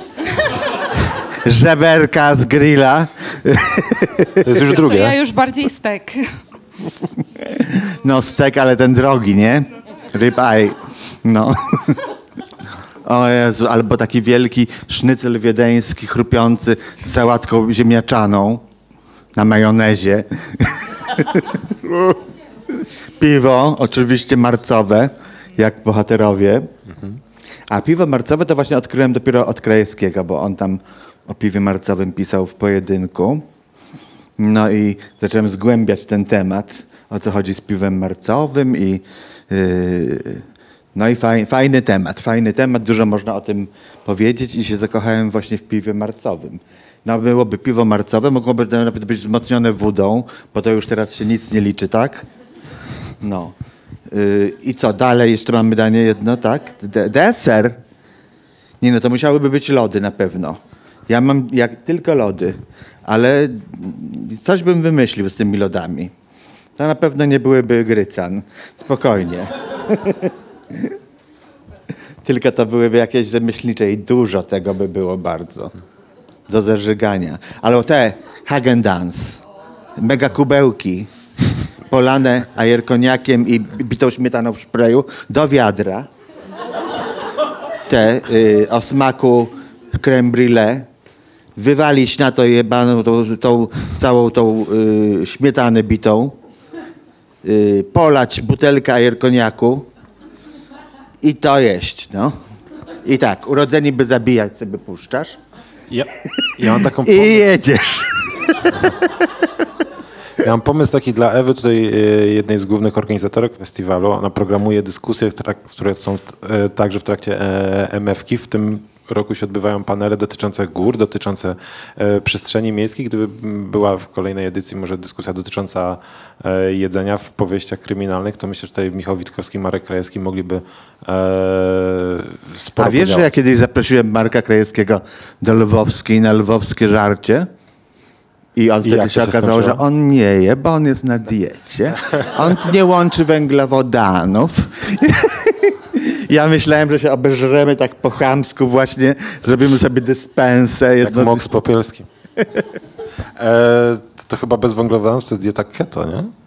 Żeberka z grilla. To jest już To ja drugie. już bardziej stek. No stek, ale ten drogi, nie? Ribeye. No. O Jezu, albo taki wielki sznycel wiedeński, chrupiący z sałatką ziemniaczaną na majonezie. Piwo, oczywiście marcowe, jak bohaterowie. A piwo marcowe to właśnie odkryłem dopiero od Krajewskiego, bo on tam o piwie marcowym pisał w pojedynku. No i zacząłem zgłębiać ten temat, o co chodzi z piwem marcowym i yy, no i faj, fajny temat, fajny temat, dużo można o tym powiedzieć i się zakochałem właśnie w piwie marcowym. No byłoby piwo marcowe, mogłoby nawet być wzmocnione wódą, bo to już teraz się nic nie liczy, tak? No. Yy, I co, dalej jeszcze mamy danie jedno, tak? De- deser. Nie no, to musiałyby być lody na pewno. Ja mam jak tylko lody, ale coś bym wymyślił z tymi lodami. To na pewno nie byłyby grycan. Spokojnie. Tylko to byłyby jakieś rzemieślnicze i dużo tego by było bardzo. Do zażygania. Ale te Häagen-Dazs, mega kubełki, polane ajerkoniakiem i bitą śmietaną w szpreju do wiadra. Te y, o smaku creme brulee, wywalić na to jebaną tą, tą całą tą y, śmietanę bitą, y, polać butelkę ajerkoniaku i to jeść, no. I tak, urodzeni by zabijać sobie puszczasz Ja, ja mam taką i pomysł, jedziesz. ja mam pomysł taki dla Ewy, tutaj e, jednej z głównych organizatorek festiwalu. Ona programuje dyskusje, w trak- które są e, także w trakcie e, em ef ki. W tym roku się odbywają panele dotyczące gór, dotyczące e, przestrzeni miejskich. Gdyby była w kolejnej edycji może dyskusja dotycząca e, jedzenia w powieściach kryminalnych, to myślę, że tutaj Michał Witkowski i Marek Krajewski mogliby e, sporo A wiesz, że ja podziałać. kiedyś zaprosiłem Marka Krajewskiego do Lwowskiej na lwowskie żarcie? I on I wtedy jak się to się okazało, że skończyło? on nie je, bo on jest na diecie. On nie łączy węglowodanów. Ja myślałem, że się obejrzymy tak po chamsku właśnie, zrobimy sobie dyspensę. Jak Jedno... Moks Popielski. E, to chyba bez węglowodanów to jest dieta keto, nie?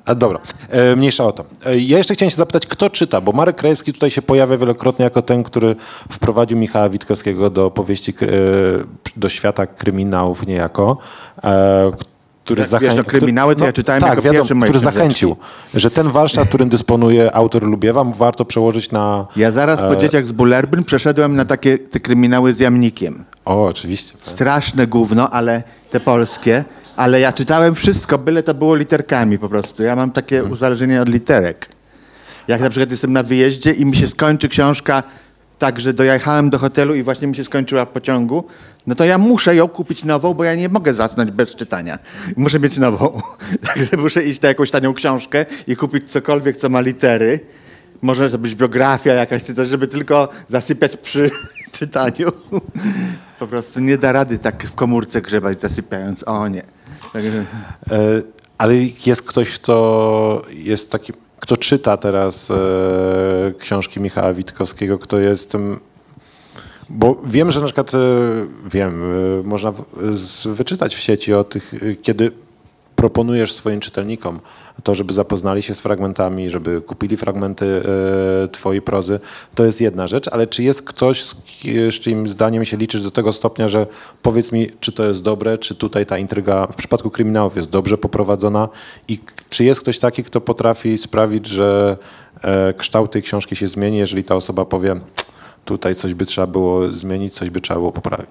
A dobra, e, mniejsza o to. E, ja jeszcze chciałem się zapytać, kto czyta, bo Marek Krajewski tutaj się pojawia wielokrotnie jako ten, który wprowadził Michała Witkowskiego do powieści, e, do świata kryminałów niejako. E, który Jak wiesz, no, kryminały to ja czytałem tak, jako wiadomo, pierwszy moich który książeczki. zachęcił, że ten warsztat, którym dysponuje autor Lubiewa, warto przełożyć na... Ja zaraz po dzieciach z Bullerbyn przeszedłem na takie te kryminały z Jamnikiem. O, oczywiście. Straszne gówno, ale te polskie. Ale ja czytałem wszystko, byle to było literkami po prostu. Ja mam takie uzależnienie od literek. Jak na przykład jestem na wyjeździe i mi się skończy książka tak, że dojechałem do hotelu i właśnie mi się skończyła w pociągu, no to ja muszę ją kupić nową, bo ja nie mogę zasnąć bez czytania. Muszę mieć nową. Także muszę iść na jakąś tanią książkę i kupić cokolwiek, co ma litery. Może to być biografia jakaś czy coś, żeby tylko zasypiać przy czytaniu. Po prostu nie da rady tak w komórce grzebać zasypiając. O nie. Także... E, ale jest ktoś, kto jest taki, kto czyta teraz e, książki Michała Witkowskiego, kto jest... m, Bo wiem, że na przykład, e, wiem, e, można w, z, wyczytać w sieci o tych, e, kiedy proponujesz swoim czytelnikom to, żeby zapoznali się z fragmentami, żeby kupili fragmenty e, twojej prozy, to jest jedna rzecz, ale czy jest ktoś, z, z czyim zdaniem się liczysz do tego stopnia, że powiedz mi, czy to jest dobre, czy tutaj ta intryga w przypadku kryminałów jest dobrze poprowadzona i k- czy jest ktoś taki, kto potrafi sprawić, że e, kształt tej książki się zmieni, jeżeli ta osoba powie, tutaj coś by trzeba było zmienić, coś by trzeba było poprawić.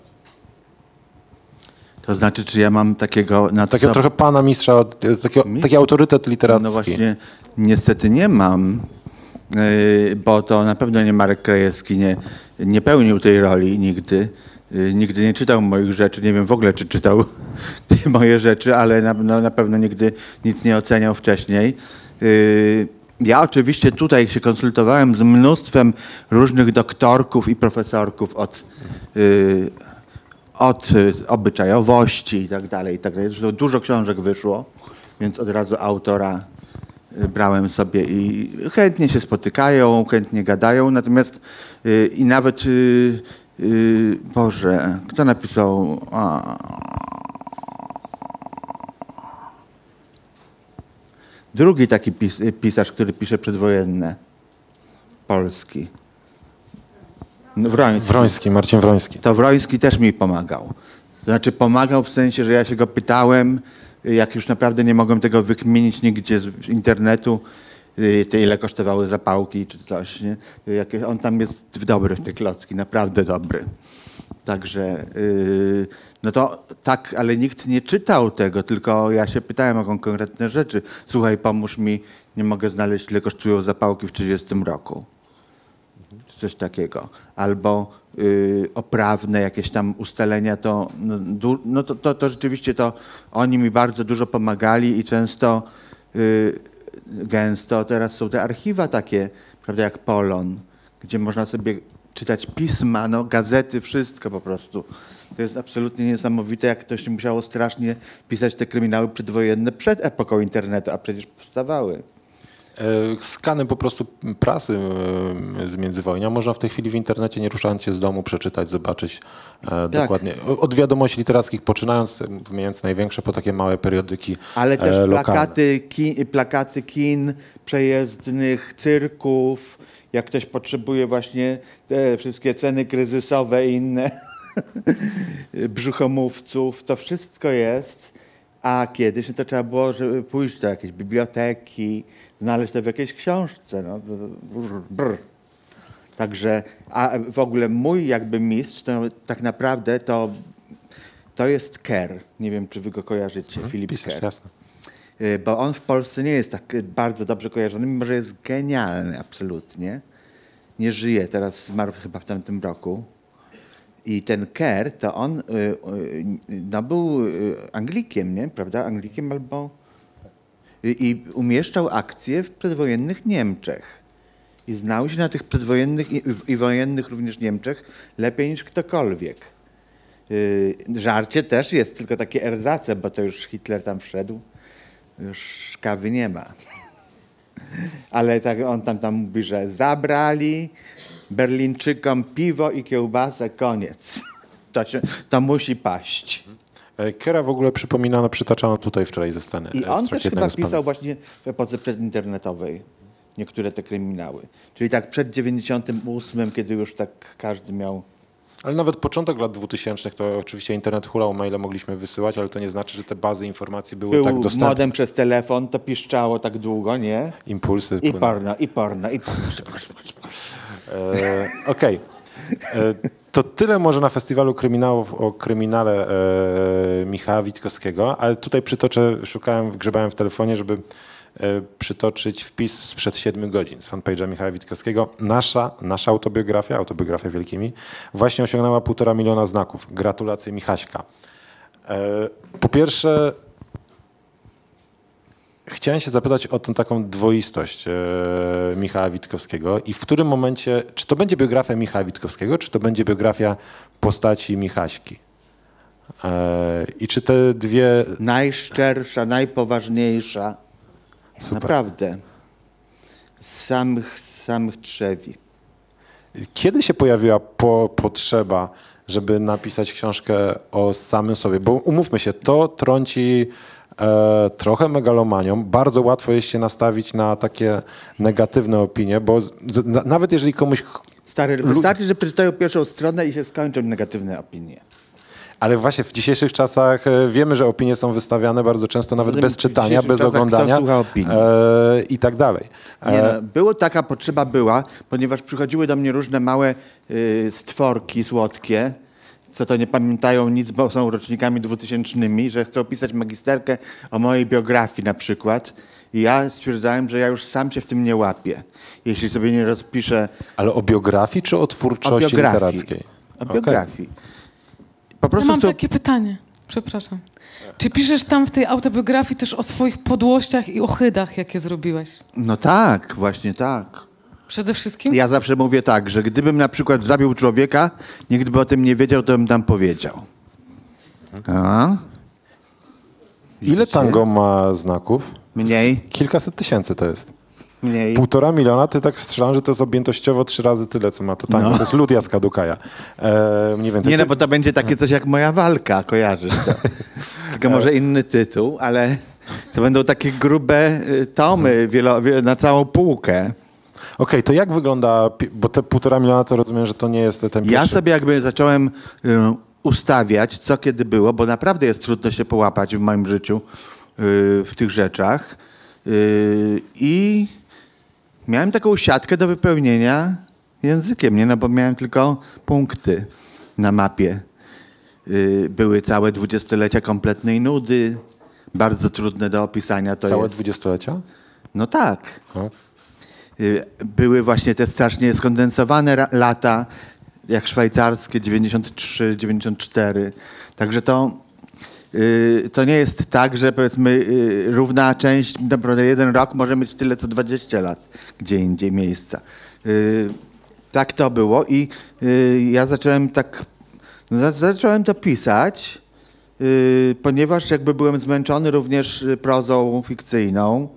To znaczy, czy ja mam takiego... nad Takiego sobą- trochę pana mistrza, od- takiego, Mistrz? taki autorytet literacki. No właśnie, niestety nie mam, yy, bo to na pewno nie Marek Krajewski nie, nie pełnił tej roli nigdy. Yy, nigdy nie czytał moich rzeczy, nie wiem w ogóle, czy czytał moje rzeczy, ale na, no, na pewno nigdy nic nie oceniał wcześniej. Yy, ja oczywiście tutaj się konsultowałem z mnóstwem różnych doktorków i profesorków od... Yy, od y, obyczajowości i tak dalej, i tak dalej. Zresztą dużo książek wyszło, więc od razu autora y, brałem sobie i chętnie się spotykają, chętnie gadają, natomiast y, i nawet, y, y, Boże, kto napisał? A, drugi taki pis, pisarz, który pisze przedwojenne, polski. No, Wroński. Wroński, Marcin Wroński. To Wroński też mi pomagał. To znaczy pomagał w sensie, że ja się go pytałem, jak już naprawdę nie mogłem tego wykminić nigdzie z internetu, y, te ile kosztowały zapałki czy coś. Nie? Jak, on tam jest dobry w te klocki, naprawdę dobry. Także, y, no to tak, ale nikt nie czytał tego, tylko ja się pytałem o konkretne rzeczy. Słuchaj, pomóż mi, nie mogę znaleźć, ile kosztują zapałki w trzydziestym roku. Coś takiego. Albo y, oprawne jakieś tam ustalenia, to, no, du, no to, to, to rzeczywiście to oni mi bardzo dużo pomagali i często, y, gęsto teraz są te archiwa takie, prawda, jak Polon, gdzie można sobie czytać pisma, no, gazety, wszystko po prostu. To jest absolutnie niesamowite, jak to się musiało strasznie pisać te kryminały przedwojenne przed epoką internetu, a przecież powstawały. E, Skany po prostu prasy e, z międzywojnia można w tej chwili w internecie, nie ruszając się z domu, przeczytać, zobaczyć e, dokładnie. O- Od wiadomości literackich poczynając, wymieniając największe, po takie małe periodyki Ale też e, lokalne. plakaty, ki, plakaty kin przejezdnych, cyrków, jak ktoś potrzebuje właśnie te wszystkie ceny kryzysowe i inne brzuchomówców, to wszystko jest. A kiedyś no to trzeba było, żeby pójść do jakiejś biblioteki, znaleźć to w jakiejś książce. No. Brr, brr. Także, a w ogóle mój jakby mistrz, to tak naprawdę to, to jest Kerr. Nie wiem, czy wy go kojarzycie, Filip Pisarz, Kerr. jasne. Y, Bo on w Polsce nie jest tak bardzo dobrze kojarzony, mimo że jest genialny absolutnie. Nie żyje, teraz zmarł chyba w tamtym roku. I ten Kerr, to on y, y, no był y, Anglikiem, nie? Prawda? Anglikiem albo... Y, I umieszczał akcje w przedwojennych Niemczech. I znał się na tych przedwojennych i, i wojennych również Niemczech lepiej niż ktokolwiek. Y, żarcie też jest, tylko takie erzace, bo to już Hitler tam wszedł. Już kawy nie ma. Ale tak on tam, tam mówi, że zabrali Berlińczykom piwo i kiełbasę, koniec. To, się, to musi paść. E, Kiera w ogóle przypominano, przytaczano tutaj wczoraj ze sceny. I e, on w trakcie też chyba jednego z panów. pisał właśnie w epoce przedinternetowej niektóre te kryminały. Czyli tak przed dziewięćdziesiątym ósmym, kiedy już tak każdy miał... Ale nawet początek lat dwutysięcznych to oczywiście internet hulał, maile mogliśmy wysyłać, ale to nie znaczy, że te bazy informacji były Był tak dostępne. modem przez telefon, to piszczało tak długo, nie? Impulsy. I płynęły. porno, i porno, i porno. Szybko, szybko, szybko. E, Okej. E, To tyle może na festiwalu kryminałów o kryminale e, Michała Witkowskiego, ale tutaj przytoczę, szukałem, grzebałem w telefonie, żeby e, przytoczyć wpis sprzed siedmiu godzin z fanpage'a Michała Witkowskiego. Nasza, nasza autobiografia, autobiografia wielkimi, właśnie osiągnęła półtora miliona znaków. Gratulacje Michaśka. E, po pierwsze, chciałem się zapytać o tę taką dwoistość e, Michała Witkowskiego i w którym momencie, czy to będzie biografia Michała Witkowskiego, czy to będzie biografia postaci Michaśki? E, I czy te dwie... Najszczersza, najpoważniejsza. Super. Naprawdę. Z samych, z samych trzewi. Kiedy się pojawiła po, potrzeba, żeby napisać książkę o samym sobie? Bo umówmy się, to trąci e, trochę megalomanią. Bardzo łatwo jest się nastawić na takie negatywne opinie, bo z, z, na, nawet jeżeli komuś... Stary, wystarczy, że przeczytają pierwszą stronę i się skończą negatywne opinie. Ale właśnie w dzisiejszych czasach e, wiemy, że opinie są wystawiane bardzo często nawet Zatem bez w czytania, dzisiejszych bez czasach kto oglądania słucha opinii? e, i tak dalej. Nie, E, no, było taka potrzeba była, ponieważ przychodziły do mnie różne małe y, stworki słodkie, co to nie pamiętają nic, bo są rocznikami dwutysięcznymi, że chcą pisać magisterkę o mojej biografii na przykład. I ja stwierdzałem, że ja już sam się w tym nie łapię. Jeśli sobie nie rozpiszę ale o biografii czy o twórczości o biografii. literackiej? O Okej. biografii. Po Ja prostu mam chcą... takie pytanie, przepraszam. Czy piszesz tam w tej autobiografii też o swoich podłościach i ohydach, jakie zrobiłeś? No tak, właśnie tak. Przede wszystkim? Ja zawsze mówię tak, że gdybym na przykład zabił człowieka, nikt by o tym nie wiedział, to bym tam powiedział. A? Ile tango ma znaków? Mniej, Kilkaset tysięcy to jest. mniej. Półtora miliona, ty tak strzelam, że to jest objętościowo trzy razy tyle, co ma to tango. No. To jest lud Jacka Dukaja. E, mniej więcej. Nie Ty- no, bo to będzie takie coś jak Moja walka, kojarzysz to. Tylko może inny tytuł, ale to będą takie grube y, tomy wielo, wie- na całą półkę. Okej, to jak wygląda, pi- bo te półtora miliona to rozumiem, że to nie jest ten pierwszy. Ja sobie jakby zacząłem y, ustawiać, co kiedy było, bo naprawdę jest trudno się połapać w moim życiu y, w tych rzeczach. Y, I miałem taką siatkę do wypełnienia językiem, nie? No bo miałem tylko punkty na mapie. Y, były całe dwudziestolecia kompletnej nudy, bardzo trudne do opisania. To Całe jest. dwudziestolecia? No tak. No. Y, Były właśnie te strasznie skondensowane ra- lata, jak szwajcarskie, dziewięćdziesiąt trzy, dziewięćdziesiąt cztery. Także to, y, to nie jest tak, że powiedzmy y, równa część, naprawdę jeden rok może mieć tyle co dwadzieścia lat, gdzie indziej miejsca. Y, Tak to było i y, ja zacząłem tak, no, za- zacząłem to pisać, y, ponieważ jakby byłem zmęczony również y, prozą fikcyjną.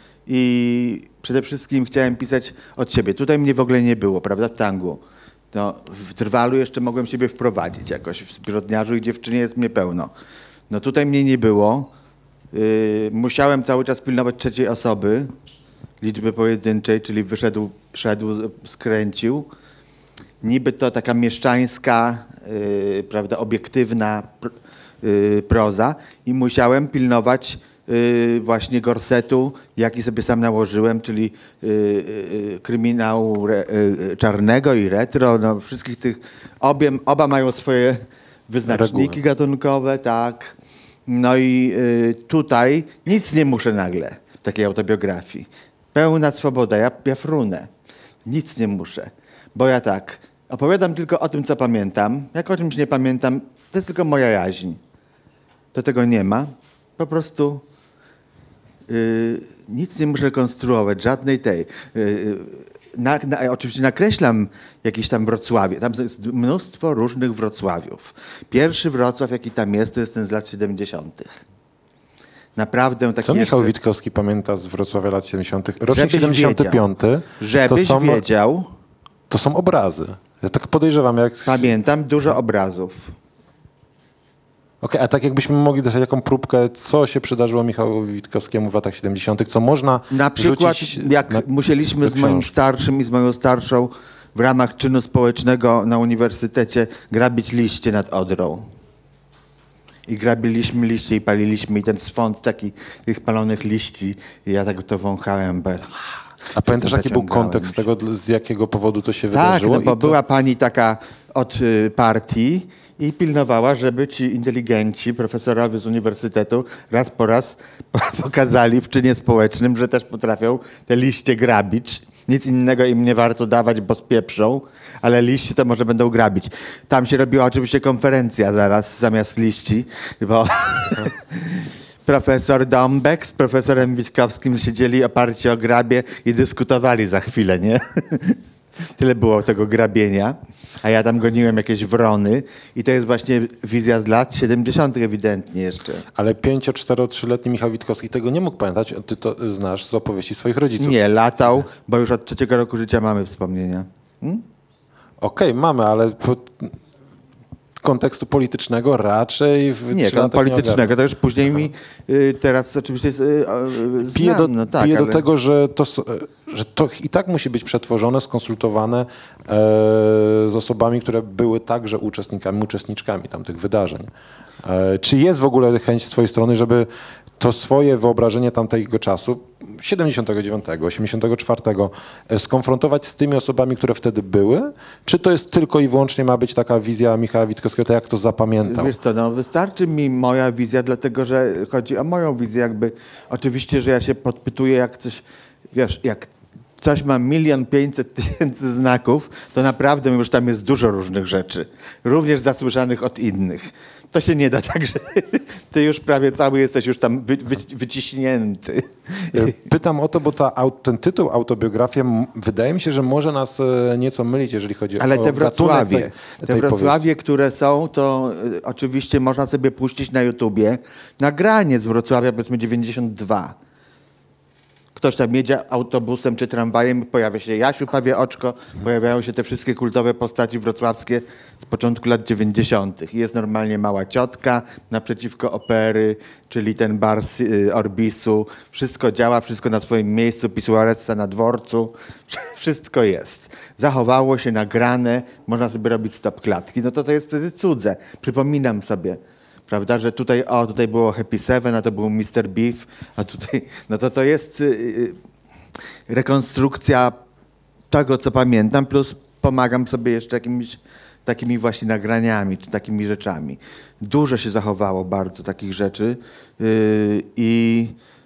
I przede wszystkim chciałem pisać od siebie. Tutaj mnie w ogóle nie było, prawda, w tangu. No, w Drwalu jeszcze mogłem siebie wprowadzić jakoś. W Zbrodniarzu i Dziewczynie jest mnie pełno. No tutaj mnie nie było. Yy, musiałem cały czas pilnować trzeciej osoby, liczby pojedynczej, czyli wyszedł, szedł, skręcił. Niby to taka mieszczańska, yy, prawda, obiektywna pr, yy, proza i musiałem pilnować yy, właśnie gorsetu, jaki sobie sam nałożyłem, czyli yy, yy, kryminału re, yy, czarnego i retro, no, wszystkich tych, obie, oba mają swoje wyznaczniki Reguły. gatunkowe, tak. No i yy, tutaj nic nie muszę nagle w takiej autobiografii. Pełna swoboda, ja, ja frunę. Nic nie muszę, bo ja tak, opowiadam tylko o tym, co pamiętam. Jak o czymś nie pamiętam, to jest tylko moja jaźń. To tego nie ma. Po prostu yy, nic nie muszę konstruować, żadnej tej. Yy, na, na, oczywiście nakreślam jakieś tam Wrocławie. Tam jest mnóstwo różnych Wrocławiów. Pierwszy Wrocław, jaki tam jest, to jest ten z lat siedemdziesiątych. Naprawdę taki Co Michał jeszcze, Witkowski pamięta z Wrocławia lat siedemdziesiątych? Rocznik Żebyś siedemdziesiąty piąty. żebyś to są, wiedział, To są obrazy. Ja tak podejrzewam, jak... pamiętam dużo obrazów. Okej, a tak jakbyśmy mogli dostać jaką próbkę, co się przydarzyło Michałowi Witkowskiemu w latach siedemdziesiątych, co można Na przykład wrzucić jak na, musieliśmy do z moim książki? starszym i z moją starszą w ramach czynu społecznego na uniwersytecie grabić liście nad Odrą. I grabiliśmy liście i paliliśmy i ten swąd taki tych palonych liści i ja tak to wąchałem. Be... A pamiętasz, jaki był zaciągałem kontekst się. tego, dl- z jakiego powodu to się Tak, wydarzyło? no bo I to- była pani taka od y, partii i pilnowała, żeby ci inteligenci, profesorowie z uniwersytetu raz po raz pokazali w czynie społecznym, że też potrafią te liście grabić. Nic innego im nie warto dawać, bo spieprzą, ale liście to może będą grabić. Tam się robiła oczywiście konferencja zaraz zamiast liści, bo profesor Dąbek z profesorem Witkowskim siedzieli oparci o grabie i dyskutowali za chwilę, nie? Tyle było tego grabienia, a ja tam goniłem jakieś wrony i to jest właśnie wizja z lat siedemdziesiątych ewidentnie jeszcze. Ale pięcio, cztero, trzyletni Michał Witkowski tego nie mógł pamiętać. Ty to znasz z opowieści swoich rodziców. Nie, latał, bo już od trzeciego roku życia mamy wspomnienia. Okej, mamy, ale po kontekstu politycznego raczej w Nie, trzylatek politycznego, to już później mi y, teraz oczywiście jest, y, y, Piję, do, znam, no tak, piję do ale- tego, że to, s- że to i tak musi być przetworzone, skonsultowane e, z osobami, które były także uczestnikami, uczestniczkami tamtych wydarzeń. E, czy jest w ogóle chęć z twojej strony, żeby to swoje wyobrażenie tamtego czasu, siedemdziesiątego dziewiątego, osiemdziesiątego czwartego, e, skonfrontować z tymi osobami, które wtedy były? Czy to jest tylko i wyłącznie ma być taka wizja Michała Witkowskiego, tak jak to zapamiętał? Wiesz co, no wystarczy mi moja wizja, dlatego że chodzi o moją wizję jakby. Oczywiście, że ja się podpytuję, jak coś, wiesz, jak coś ma milion pięćset tysięcy znaków, to naprawdę już tam jest dużo różnych rzeczy, również zasłyszanych od innych. To się nie da tak, że ty już prawie cały jesteś już tam wy, wy, wyciśnięty. Pytam o to, bo ta, au- ten tytuł autobiografia m- wydaje mi się, że może nas e, nieco mylić, jeżeli chodzi Ale o te gatunek Wrocławie, tej, te tej Wrocławie, które są, to y, oczywiście można sobie puścić na YouTubie nagranie z Wrocławia, powiedzmy dziewięćdziesiąt dwa. Ktoś tam jedzie autobusem czy tramwajem, pojawia się Jasiu Pawie Oczko, pojawiają się te wszystkie kultowe postaci wrocławskie z początku lat dziewięćdziesiątych. Jest normalnie mała ciotka naprzeciwko opery, czyli ten bar z y, Orbisu. Wszystko działa, wszystko na swoim miejscu, Pisuaressa na dworcu. Wszystko jest. Zachowało się, nagrane, można sobie robić stop klatki. No to to jest wtedy cudze. Przypominam sobie. Prawda, że tutaj, o, tutaj było Happy Seven, a to był mister Beef, a tutaj, no to to jest y, y, rekonstrukcja tego, co pamiętam, plus pomagam sobie jeszcze jakimiś takimi właśnie nagraniami, czy takimi rzeczami. Dużo się zachowało bardzo takich rzeczy y, i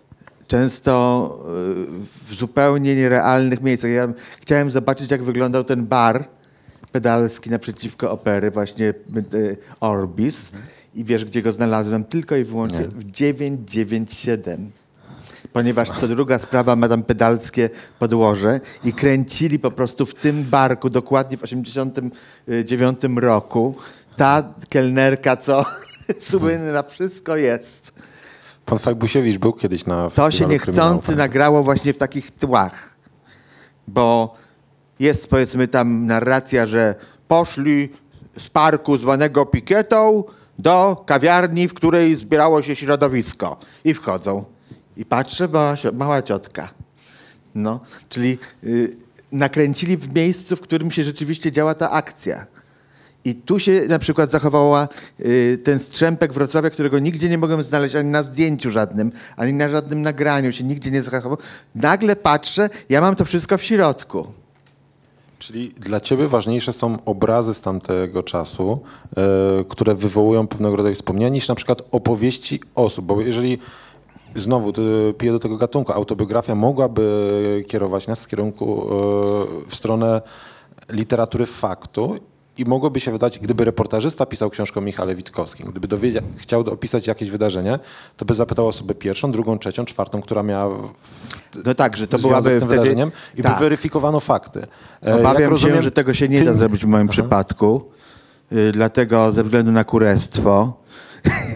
często y, w zupełnie nierealnych miejscach. Ja chciałem zobaczyć, jak wyglądał ten bar pedalski naprzeciwko opery, właśnie y, Orbis. I wiesz, gdzie go znalazłem? Tylko i wyłącznie Nie. w dziewięćset dziewięćdziesiąt siedem. Ponieważ co druga sprawa ma tam pedalskie podłoże i kręcili po prostu w tym barku dokładnie w osiemdziesiątym dziewiątym roku. Ta kelnerka, co słynna, wszystko jest. Pan Fajbusiewicz był kiedyś na To się festiwalu niechcący kryminału. nagrało właśnie w takich tłach. Bo jest powiedzmy tam narracja, że poszli z parku zwanego Pikietą do kawiarni, w której zbierało się środowisko. I wchodzą. I patrzę, mała, mała ciotka. No, czyli y, nakręcili w miejscu, w którym się rzeczywiście działa ta akcja. I tu się na przykład zachowała y, ten strzępek Wrocławia, którego nigdzie nie mogłem znaleźć ani na zdjęciu żadnym, ani na żadnym nagraniu się nigdzie nie zachował. Nagle patrzę, ja mam to wszystko w środku. Czyli dla ciebie ważniejsze są obrazy z tamtego czasu, e, które wywołują pewnego rodzaju wspomnienia, niż na przykład opowieści osób. Bo jeżeli, znowu ty, piję do tego gatunku, autobiografia mogłaby kierować nas w kierunku, e, w stronę literatury faktu i mogłoby się wydać, gdyby reportażysta pisał książkę o Michale Witkowskim, gdyby dowiedział, chciał opisać jakieś wydarzenie, to by zapytał osobę pierwszą, drugą, trzecią, czwartą, która miała No tak, że to związek byłaby z tym wtedy... wydarzeniem i tak. by weryfikowano fakty. E, jak Obawiam rozumiem, się, że tego się nie ty- da zrobić w moim Aha. przypadku, y, dlatego ze względu na kurestwo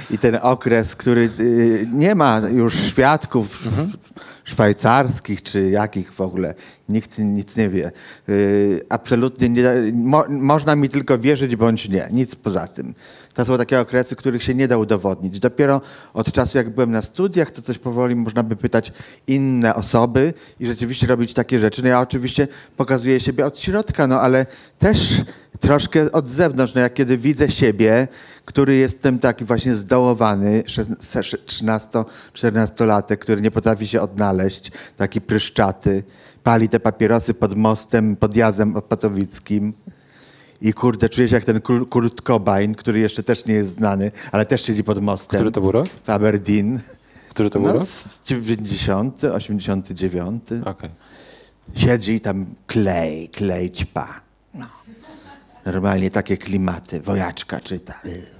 i ten okres, który y, nie ma już świadków Mhm. szwajcarskich czy jakich w ogóle, nikt nic nie wie. Y, absolutnie nie, mo, można mi tylko wierzyć bądź nie, nic poza tym. To są takie okresy, których się nie da udowodnić. Dopiero od czasu, jak byłem na studiach, to coś powoli można by pytać inne osoby i rzeczywiście robić takie rzeczy. No ja oczywiście pokazuję siebie od środka, no ale też troszkę od zewnątrz. No jak kiedy widzę siebie, który jestem taki właśnie zdołowany, trzynasto-czternastolatek, który nie potrafi się odnaleźć, taki pryszczaty, pali te papierosy pod mostem, pod Jazem Opatowickim. I kurde, czuję się jak ten Kur- Kurt Cobain, który jeszcze też nie jest znany, ale też siedzi pod mostem. Który to był rok? W Aberdeen. Który to był No, rok? z dziewięćdziesiąty, osiemdziesiąty dziewiąty. Okej. Siedzi i tam klej, klej ćpa. No. Normalnie takie klimaty. Wojaczka czyta.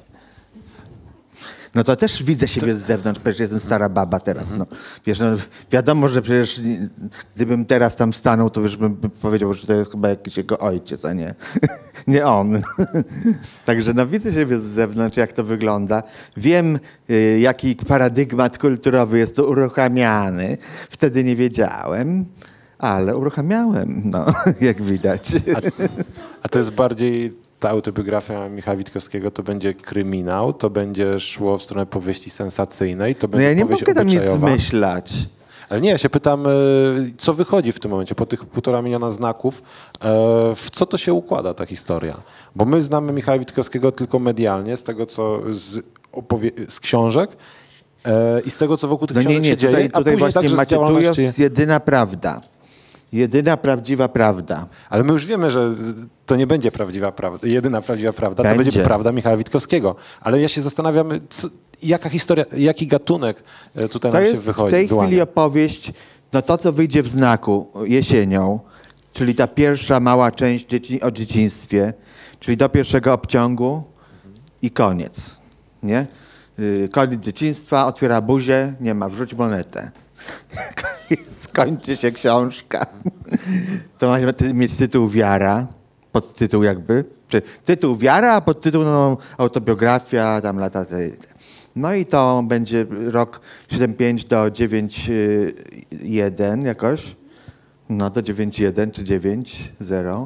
No to też widzę siebie z zewnątrz, przecież jestem stara baba teraz. No. Wiesz, no, wiadomo, że przecież nie- gdybym teraz tam stanął, to już bym powiedział, że to jest chyba jakiś jego ojciec, a nie, nie on. Także no, widzę siebie z zewnątrz, jak to wygląda. Wiem, y, jaki paradygmat kulturowy jest tu uruchamiany. Wtedy nie wiedziałem, ale uruchamiałem, no, jak widać. A to jest bardziej ta autobiografia Michała Witkowskiego, to będzie kryminał, to będzie szło w stronę powieści sensacyjnej, to No będzie ja nie powieść mogę tam nic obyczajowa. zmyślać. Ale nie, ja się pytam, e, co wychodzi w tym momencie, po tych półtora miliona znaków, e, w co to się układa ta historia? Bo my znamy Michała Witkowskiego tylko medialnie, z tego, co z, opowie- z książek e, i z tego, co wokół tych No książek nie, nie, się dzieje, tutaj, a tutaj później właśnie także z macie, tu działalności... jest jedyna prawda. Jedyna prawdziwa prawda. Ale my już wiemy, że to nie będzie prawdziwa prawda, jedyna prawdziwa prawda, to Będzie. będzie prawda Michała Witkowskiego. Ale ja się zastanawiam, co, jaka historia, jaki gatunek e, tutaj To nam się jest wychodzi. w tej wyłania. chwili opowieść, no to co wyjdzie w znaku jesienią, czyli ta pierwsza mała część dzieci, o dzieciństwie, czyli do pierwszego obciągu i koniec. Nie? Yy, Koniec dzieciństwa, otwiera buzię, nie ma, wrzuć monetę. Skończy się książka. To ma ty- mieć tytuł Wiara, podtytuł jakby, czy tytuł Wiara, a podtytuł no, autobiografia, tam lata te, te. No i to będzie rok siedem pięć do dziewięć jeden jakoś. No do dziewięć jeden czy dziewięć zero.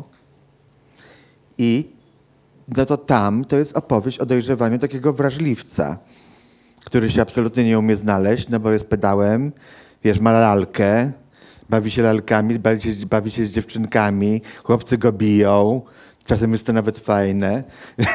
I no to tam to jest opowieść o dojrzewaniu takiego wrażliwca, który się absolutnie nie umie znaleźć, no bo jest pedałem, wiesz, ma lalkę, bawi się lalkami, bawi się, bawi się z dziewczynkami, chłopcy go biją, czasem jest to nawet fajne.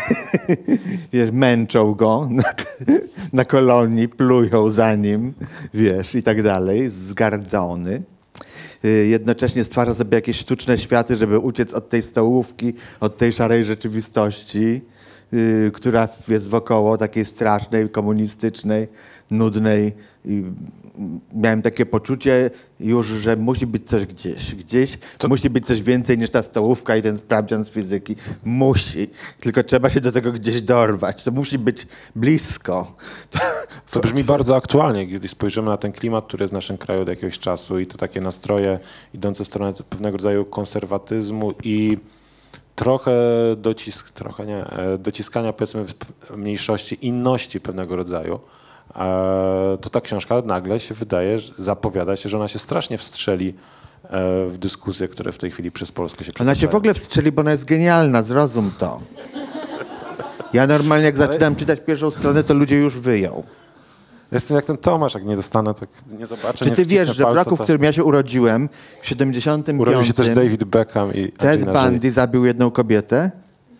Wiesz, męczą go na, na kolonii, plują za nim, wiesz, i tak dalej, zgardzony. Y, Jednocześnie stwarza sobie jakieś sztuczne światy, żeby uciec od tej stołówki, od tej szarej rzeczywistości, y, która jest wokoło, takiej strasznej, komunistycznej, nudnej. I miałem takie poczucie już, że musi być coś gdzieś. Gdzieś musi być coś więcej niż ta stołówka i ten sprawdzian z fizyki. Musi. Tylko trzeba się do tego gdzieś dorwać. To musi być blisko. To, To brzmi bardzo aktualnie, gdy spojrzymy na ten klimat, który jest w naszym kraju od jakiegoś czasu i to takie nastroje idące w stronę pewnego rodzaju konserwatyzmu i trochę docisk, trochę nie, e, dociskania powiedzmy w- mniejszości, inności pewnego rodzaju. E, To ta książka nagle się wydaje, że zapowiada się, że ona się strasznie wstrzeli e, w dyskusje, które w tej chwili przez Polskę się Ona się w przetaczają. ogóle wstrzeli, bo ona jest genialna, zrozum to. Ja normalnie jak zaczynam czytać pierwszą stronę, to ludzie już wyją. Jestem jak ten Tomasz, jak nie dostanę, to nie zobaczę. Czy nie ty wcisnę wiesz, że w palca, roku, w to- którym ja się urodziłem, w siedemdziesiątym piątym Urodził się też David Beckham i Ted Angelina Jolie. Bundy zabił jedną kobietę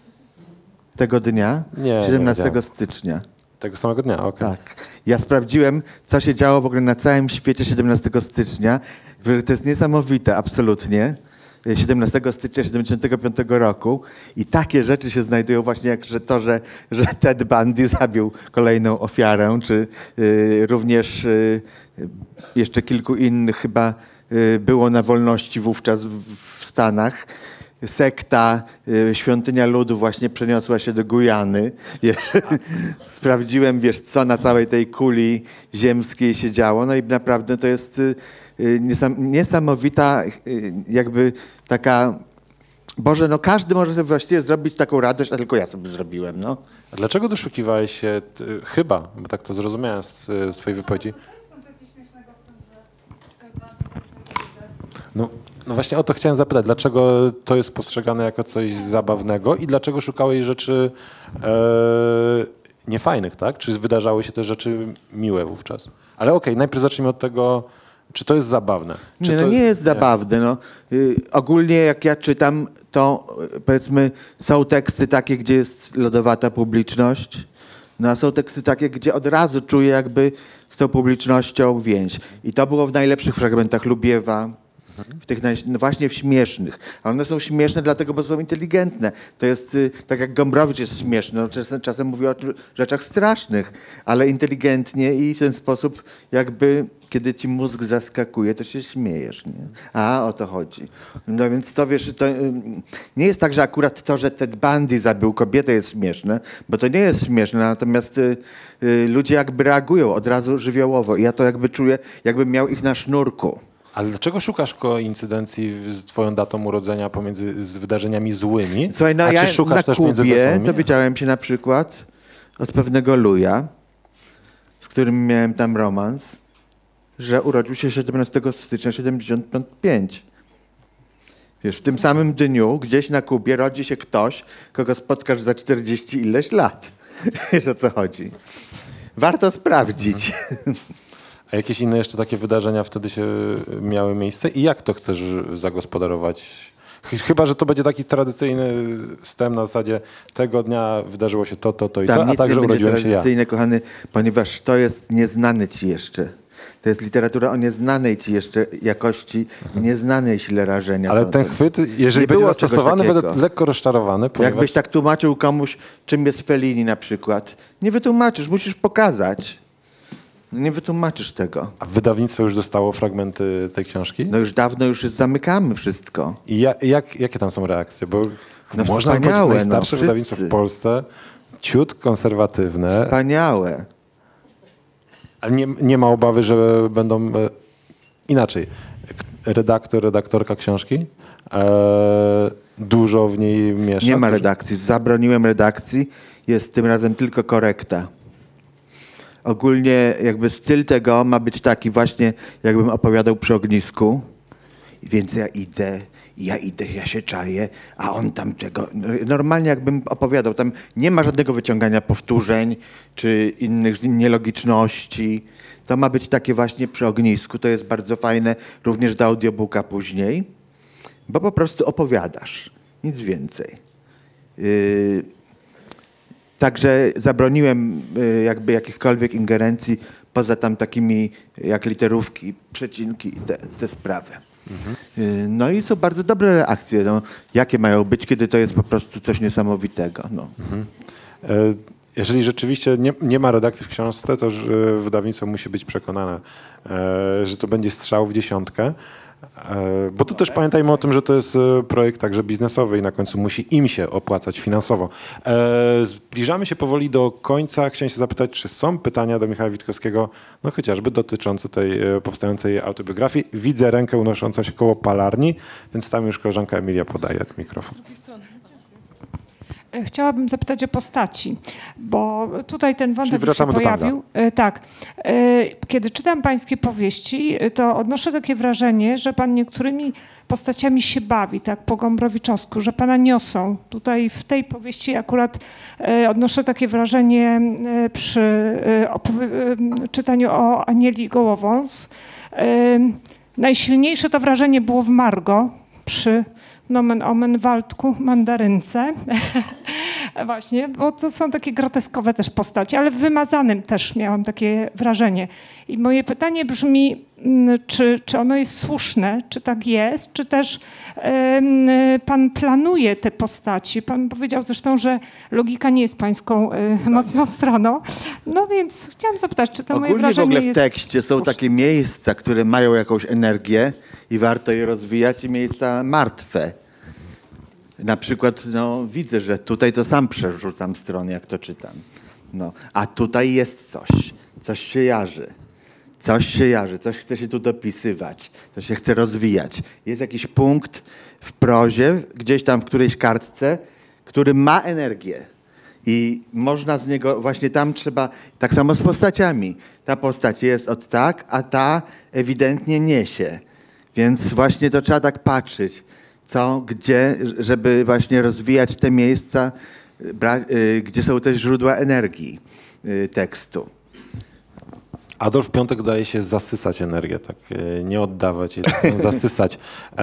tego dnia, Nie, nie siedemnastego wiedziałem. stycznia. Tego samego dnia, okej. Tak. Ja sprawdziłem, co się działo w ogóle na całym świecie siedemnastego stycznia. To jest niesamowite, absolutnie. siedemnastego stycznia siedemdziesiątego piątego roku i takie rzeczy się znajdują właśnie jak że to, że, że Ted Bundy zabił kolejną ofiarę, czy y, również y, jeszcze kilku innych chyba y, było na wolności wówczas w, w Stanach. Sekta y, Świątynia Ludu właśnie przeniosła się do Gujany. Wiesz, sprawdziłem, wiesz, co na całej tej kuli ziemskiej się działo. No i naprawdę to jest y, y, niesam, niesamowita y, jakby taka Boże, no każdy może sobie właściwie zrobić taką radość, a tylko ja sobie zrobiłem, no. A dlaczego doszukiwałeś się, ty, chyba, bo tak to zrozumiałem z, z twojej wypowiedzi. No, no właśnie o to chciałem zapytać, dlaczego to jest postrzegane jako coś zabawnego i dlaczego szukałeś rzeczy e, niefajnych, tak? Czy wydarzały się też rzeczy miłe wówczas? Ale okej, najpierw zacznijmy od tego, czy to jest zabawne. Czy Nie, no to, nie jest zabawne. No. Y, ogólnie jak ja czytam, to y, powiedzmy są teksty takie, gdzie jest lodowata publiczność, no a są teksty takie, gdzie od razu czuję jakby z tą publicznością więź. I to było w najlepszych fragmentach Lubiewa, w tych naj, no właśnie w śmiesznych. A one są śmieszne dlatego, bo są inteligentne. To jest y, tak jak Gombrowicz jest śmieszny. No, czasem, czasem mówi o rzeczach strasznych, ale inteligentnie i w ten sposób jakby kiedy ci mózg zaskakuje, to się śmiejesz, nie? A, o to chodzi. No więc to wiesz, to y, nie jest tak, że akurat to, że Ted Bundy zabił kobietę jest śmieszne, bo to nie jest śmieszne, natomiast y, y, ludzie jakby reagują od razu żywiołowo i ja to jakby czuję, jakbym miał ich na sznurku. Ale dlaczego szukasz koincydencji z twoją datą urodzenia pomiędzy z wydarzeniami złymi? Słuchaj, no a ja czy szukasz na też między Kubie wesołymi? dowiedziałem się na przykład od pewnego luja, z którym miałem tam romans, że urodził się siedemnastego stycznia siedemdziesiątego piątego. Wiesz, w tym samym dniu gdzieś na Kubie rodzi się ktoś, kogo spotkasz za czterdzieści ileś lat. Wiesz, o co chodzi. Warto sprawdzić. A jakieś inne jeszcze takie wydarzenia wtedy się miały miejsce? I jak to chcesz zagospodarować? Ch- Chyba, że to będzie taki tradycyjny wstęp na zasadzie tego dnia wydarzyło się to, to, to i Tam to, a nic także nie będzie urodziłem się ja. tradycyjne, kochany, ponieważ to jest nieznane ci jeszcze. To jest literatura o nieznanej ci jeszcze jakości i nieznanej sile rażenia. Ale To- ten to- chwyt, jeżeli nie będzie było czegoś zastosowany, takiego. będę lekko rozczarowany, ponieważ Jakbyś tak tłumaczył komuś, czym jest Fellini na przykład. Nie wytłumaczysz, musisz pokazać. Nie wytłumaczysz tego. a wydawnictwo już dostało fragmenty tej książki. No już dawno już zamykamy wszystko. I ja, jak, jakie tam są reakcje? Bo No można powiedzieć, wspaniałe, najstarsze no, wydawnictwo w wszyscy. Polsce, ciut konserwatywne, Wspaniałe. ale nie, nie ma obawy, że będą e, inaczej. K- Redaktor, redaktorka książki e, dużo w niej miesza. Nie ma Dużo- redakcji. Zabroniłem redakcji. Jest tym razem tylko korekta. Ogólnie jakby styl tego ma być taki właśnie, jakbym opowiadał przy ognisku. Więc ja idę, ja idę, ja się czaję, a on tam tego... Normalnie jakbym opowiadał. Tam nie ma żadnego wyciągania powtórzeń czy innych nielogiczności. To ma być takie właśnie przy ognisku. To jest bardzo fajne również do audiobooka później, bo po prostu opowiadasz. Nic więcej. Yy, Także zabroniłem y, jakby jakichkolwiek ingerencji poza tam takimi jak literówki, przecinki i te, te sprawy. Y, no i są bardzo dobre reakcje. No, jakie mają być, kiedy to jest po prostu coś niesamowitego. No. E, Jeżeli rzeczywiście nie, nie ma redakcji w książce, to że wydawnictwo musi być przekonane, e, że to będzie strzał w dziesiątkę. E, Bo tu też pamiętajmy o tym, że to jest e, projekt także biznesowy i na końcu musi im się opłacać finansowo. E, Zbliżamy się powoli do końca. Chciałem się zapytać, czy są pytania do Michała Witkowskiego, no chociażby dotyczące tej e, powstającej autobiografii. Widzę rękę unoszącą się koło palarni, więc tam już koleżanka Emilia podaje mikrofon. Chciałabym zapytać o postaci, bo tutaj ten wątek już się wracamy do tanga. pojawił. E, Tak. E, Kiedy czytam pańskie powieści, e, to odnoszę takie wrażenie, że pan niektórymi postaciami się bawi, tak po gombrowiczowsku, że pana niosą. Tutaj w tej powieści akurat e, odnoszę takie wrażenie e, przy e, opowie- e, czytaniu o Anieli Gołowąs. E, Najsilniejsze to wrażenie było w Margo przy nomen omen Waldku Mandarynce. Właśnie, bo to są takie groteskowe też postacie, ale w Wymazanym też miałam takie wrażenie. I moje pytanie brzmi, mm, czy, czy ono jest słuszne, czy tak jest, czy też em, pan planuje te postaci. Pan powiedział zresztą, że logika nie jest pańską e, mocną stroną. No więc chciałam zapytać, czy to moje Ogólnie w wrażenie ogóle w jest tekście są słuszne? takie miejsca, które mają jakąś energię i warto je rozwijać, i miejsca martwe. Na przykład no, widzę, że tutaj to sam przerzucam strony, jak to czytam. No, a tutaj jest coś, coś się jarzy. coś się jarzy, coś chce się tu dopisywać, to się chce rozwijać. Jest jakiś punkt w prozie, gdzieś tam w którejś kartce, który ma energię. I można z niego, właśnie tam trzeba, tak samo z postaciami. Ta postać jest od tak, a ta ewidentnie niesie. Więc właśnie to trzeba tak patrzeć, co, gdzie, żeby właśnie rozwijać te miejsca, bra- y, gdzie są też źródła energii y, tekstu. Adolf Piątek daje się zasysać energię, tak, e, nie oddawać jej, tylko zasysać.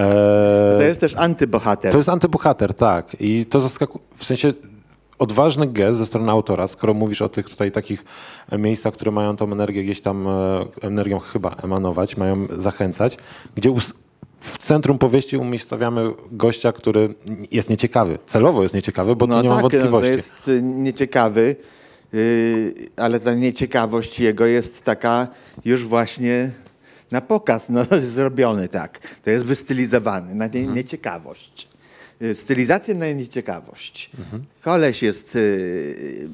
E, To jest też antybohater. To jest antybohater, tak. I to zaskakuje, w sensie odważny gest ze strony autora, skoro mówisz o tych tutaj takich miejscach, które mają tą energię gdzieś tam, e, energią chyba emanować, mają zachęcać, gdzie us- w centrum powieści umiejscowiamy gościa, który jest nieciekawy. Celowo jest nieciekawy, bo No tu nie tak, ma wątpliwości. No to jest y, nieciekawy, y, ale ta nieciekawość jego jest taka już właśnie na pokaz, no jest zrobiony tak. To jest wystylizowany na nie, nieciekawość. Y, Stylizację na nieciekawość. Koleś jest y,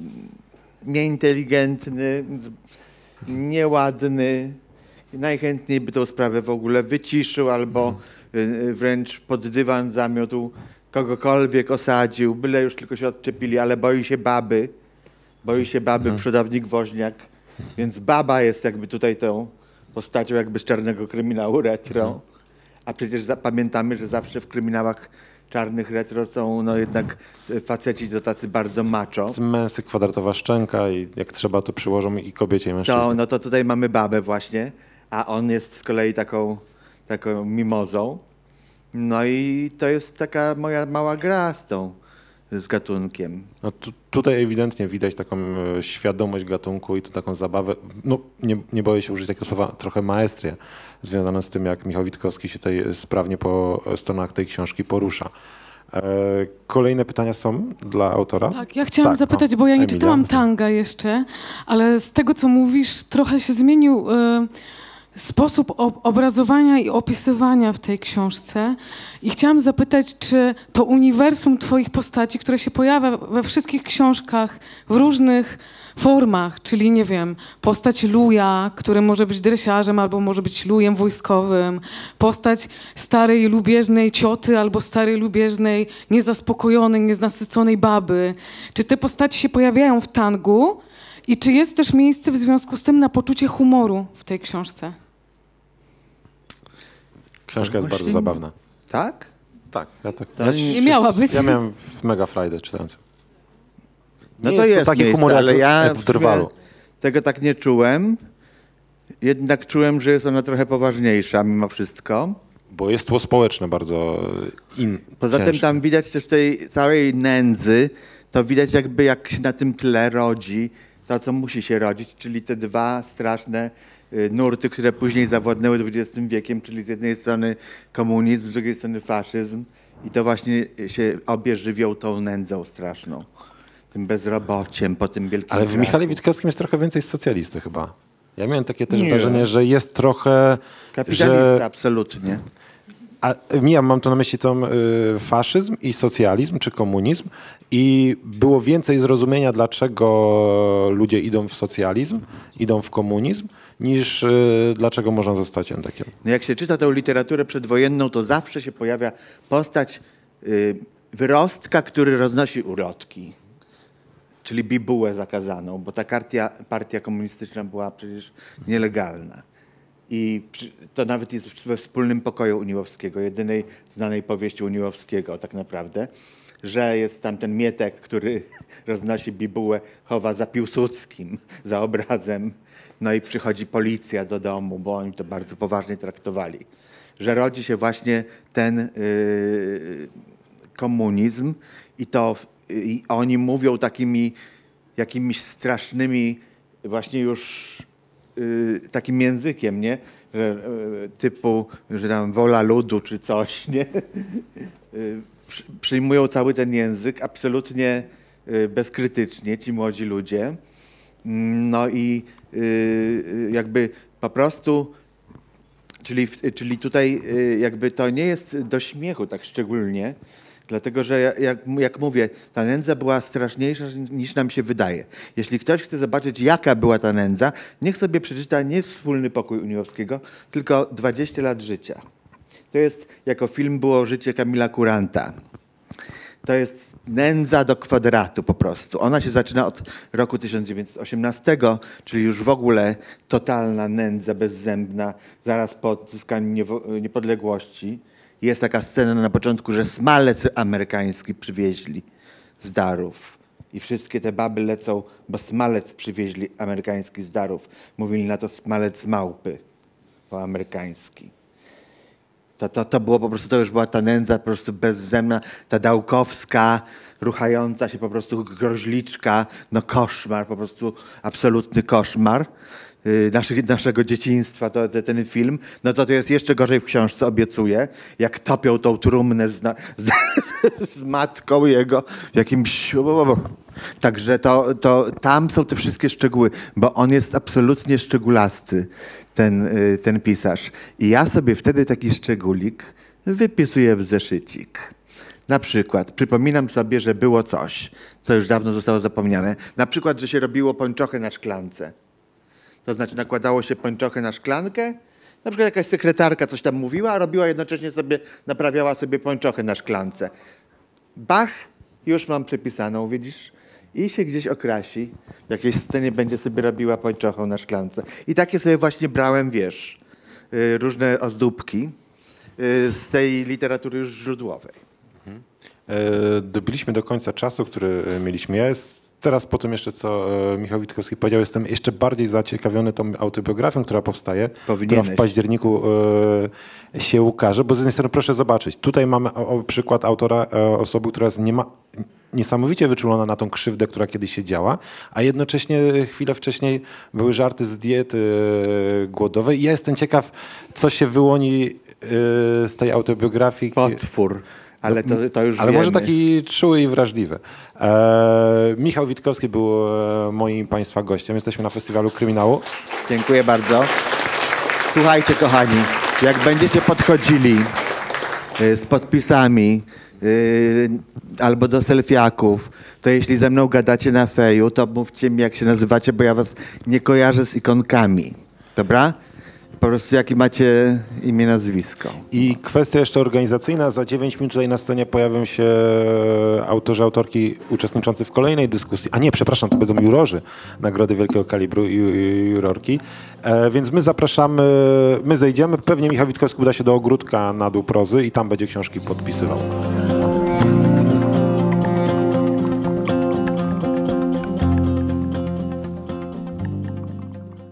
nieinteligentny, z- nieładny. Najchętniej by tą sprawę w ogóle wyciszył albo y, y, wręcz pod dywan zamiótł, kogokolwiek osadził, byle już tylko się odczepili, ale boi się baby. Boi się baby przodownik Woźniak, więc baba jest jakby tutaj tą postacią jakby z czarnego kryminału retro. A przecież za- pamiętamy, że zawsze w kryminałach czarnych retro są no jednak y, faceci to tacy bardzo macho. Męsy, kwadratowa szczęka i jak trzeba to przyłożą i kobiecie i mężczyźnie. To, no to tutaj mamy babę właśnie, a on jest z kolei taką, taką mimozą. No i to jest taka moja mała gra z tą, z gatunkiem. No tu, tutaj ewidentnie widać taką e, świadomość gatunku i to taką zabawę, no nie, nie boję się użyć takiego słowa, trochę maestrię, związane z tym, jak Michał Witkowski się tutaj sprawnie po stronach tej książki porusza. E, kolejne pytania są dla autora? Tak, ja chciałam Tak, zapytać, no. bo ja nie Emilia. czytałam Tanga jeszcze, ale z tego, co mówisz, trochę się zmienił y, sposób ob- obrazowania i opisywania w tej książce. I chciałam zapytać, czy to uniwersum twoich postaci, które się pojawia we wszystkich książkach w różnych formach, czyli nie wiem, postać luja, który może być dresiarzem albo może być lujem wojskowym, postać starej lubieżnej cioty albo starej lubieżnej niezaspokojonej, nieznasyconej baby. Czy te postaci się pojawiają w Tangu i czy jest też miejsce w związku z tym na poczucie humoru w tej książce? Książka jest bardzo Właśnie- zabawna. Tak? Tak, ja tak. To Ja, Nie miała być. ja miałem mega frajdę czytając. No Nie to jest, taki miejsce, humor jak, ale ja jak w sumie Drwalu. tego tak nie czułem. Jednak czułem, że jest ona trochę poważniejsza mimo wszystko. Bo jest tło społeczne bardzo in, Poza ciężkie. tym tam widać też tej całej nędzy, to widać jakby jak się na tym tle rodzi to, co musi się rodzić, czyli te dwa straszne y, nurty, które później zawładnęły dwudziestym wiekiem, czyli z jednej strony komunizm, z drugiej strony faszyzm i to właśnie się obie żywią tą nędzą straszną, tym bezrobociem, po tym wielkim Ale w braku. Michale Witkowskim jest trochę więcej socjalisty chyba. Ja miałem takie też Nie. wrażenie, że jest trochę... Kapitalista, że absolutnie. A, ja mam tu na myśli tą y, faszyzm i socjalizm, czy komunizm i było więcej zrozumienia, dlaczego ludzie idą w socjalizm, idą w komunizm, niż y, dlaczego można zostać endekiem. No jak się czyta tę literaturę przedwojenną, to zawsze się pojawia postać y, wyrostka, który roznosi urodki, czyli bibułę zakazaną, bo ta partia, partia komunistyczna była przecież nielegalna. I przy- to nawet jest we wspólnym pokoju Uniłowskiego, jedynej znanej powieści Uniłowskiego tak naprawdę, że jest tam ten Mietek, który roznosi bibułę, chowa za Piłsudskim, za obrazem. No i przychodzi policja do domu, bo oni to bardzo poważnie traktowali. Że rodzi się właśnie ten yy, komunizm i to i oni mówią takimi jakimiś strasznymi właśnie już y, takim językiem, nie? Że, y, typu, że tam wola ludu czy coś, nie? Y, przy- przyjmują cały ten język absolutnie y, bezkrytycznie, ci młodzi ludzie. No i y, y, jakby po prostu, czyli, w- czyli tutaj y, jakby to nie jest do śmiechu tak szczególnie, Dlatego, że ja- jak, jak mówię, ta nędza była straszniejsza niż nam się wydaje. Jeśli ktoś chce zobaczyć, jaka była ta nędza, niech sobie przeczyta nie Wspólny Pokój Uniowskiego, tylko dwadzieścia lat życia. To jest, jako film było Życie Kamila Kuranta. To jest nędza do kwadratu po prostu. Ona się zaczyna od roku tysiąc dziewięćset osiemnastego, czyli już w ogóle totalna nędza bezzębna, zaraz po odzyskaniu niewo- niepodległości. Jest taka scena na początku, że smalec amerykański przywieźli z Darów. I wszystkie te baby lecą, bo smalec przywieźli amerykański z Darów. Mówili na to smalec małpy po amerykański. To, to, to było po prostu, to już była ta nędza po prostu bezzemna, ta dałkowska, ruchająca się po prostu groźliczka, no koszmar, po prostu absolutny koszmar yy, naszych, naszego dzieciństwa, to, to, ten film. No to to jest jeszcze gorzej w książce, obiecuję, jak topią tą trumnę z, na, z, z matką jego w jakimś... Także to, to tam są te wszystkie szczegóły, bo on jest absolutnie szczególasty, ten, y, ten pisarz. I ja sobie wtedy taki szczególik wypisuję w zeszycik. Na przykład przypominam sobie, że było coś, co już dawno zostało zapomniane. Na przykład, że się robiło pończochę na szklance. To znaczy nakładało się pończochę na szklankę, na przykład jakaś sekretarka coś tam mówiła, a robiła jednocześnie sobie, naprawiała sobie pończochę na szklance. Bach, już mam przepisaną, widzisz? I się gdzieś okrasi, w jakiejś scenie będzie sobie robiła pończochą na szklance. I takie sobie właśnie brałem, wiesz, y, różne ozdóbki y, z tej literatury już źródłowej. E, Dobiliśmy do końca czasu, który e, mieliśmy. Ja jest, teraz po tym jeszcze, co e, Michał Witkowski powiedział, jestem jeszcze bardziej zaciekawiony tą autobiografią, która powstaje, która Powinieneś. w październiku e, się ukaże, bo z jednej strony proszę zobaczyć, tutaj mamy o, o, przykład autora, e, osoby, która jest nie ma, niesamowicie wyczulona na tą krzywdę, która kiedyś się działa, a jednocześnie chwilę wcześniej były żarty z diety e, głodowej. I ja jestem ciekaw, co się wyłoni e, z tej autobiografii. Potwór, ale to, to już Ale wiemy. może taki czuły i wrażliwy. E, Michał Witkowski był e, moim Państwa gościem. Jesteśmy na Festiwalu Kryminału. Dziękuję bardzo. Słuchajcie, kochani, jak będziecie podchodzili y, z podpisami y, albo do selfiaków, to jeśli ze mną gadacie na feju, to mówcie mi, jak się nazywacie, bo ja was nie kojarzę z ikonkami. Dobra? Po prostu jakie macie imię, nazwisko. I kwestia jeszcze organizacyjna. Za dziewięć minut tutaj na scenie pojawią się autorzy, autorki uczestniczący w kolejnej dyskusji. A nie, przepraszam, to będą jurorzy Nagrody Wielkiego Kalibru, ju, ju, jurorki. E, więc my zapraszamy, my zejdziemy. Pewnie Michał Witkowski uda się do ogródka na dół prozy i tam będzie książki podpisywał.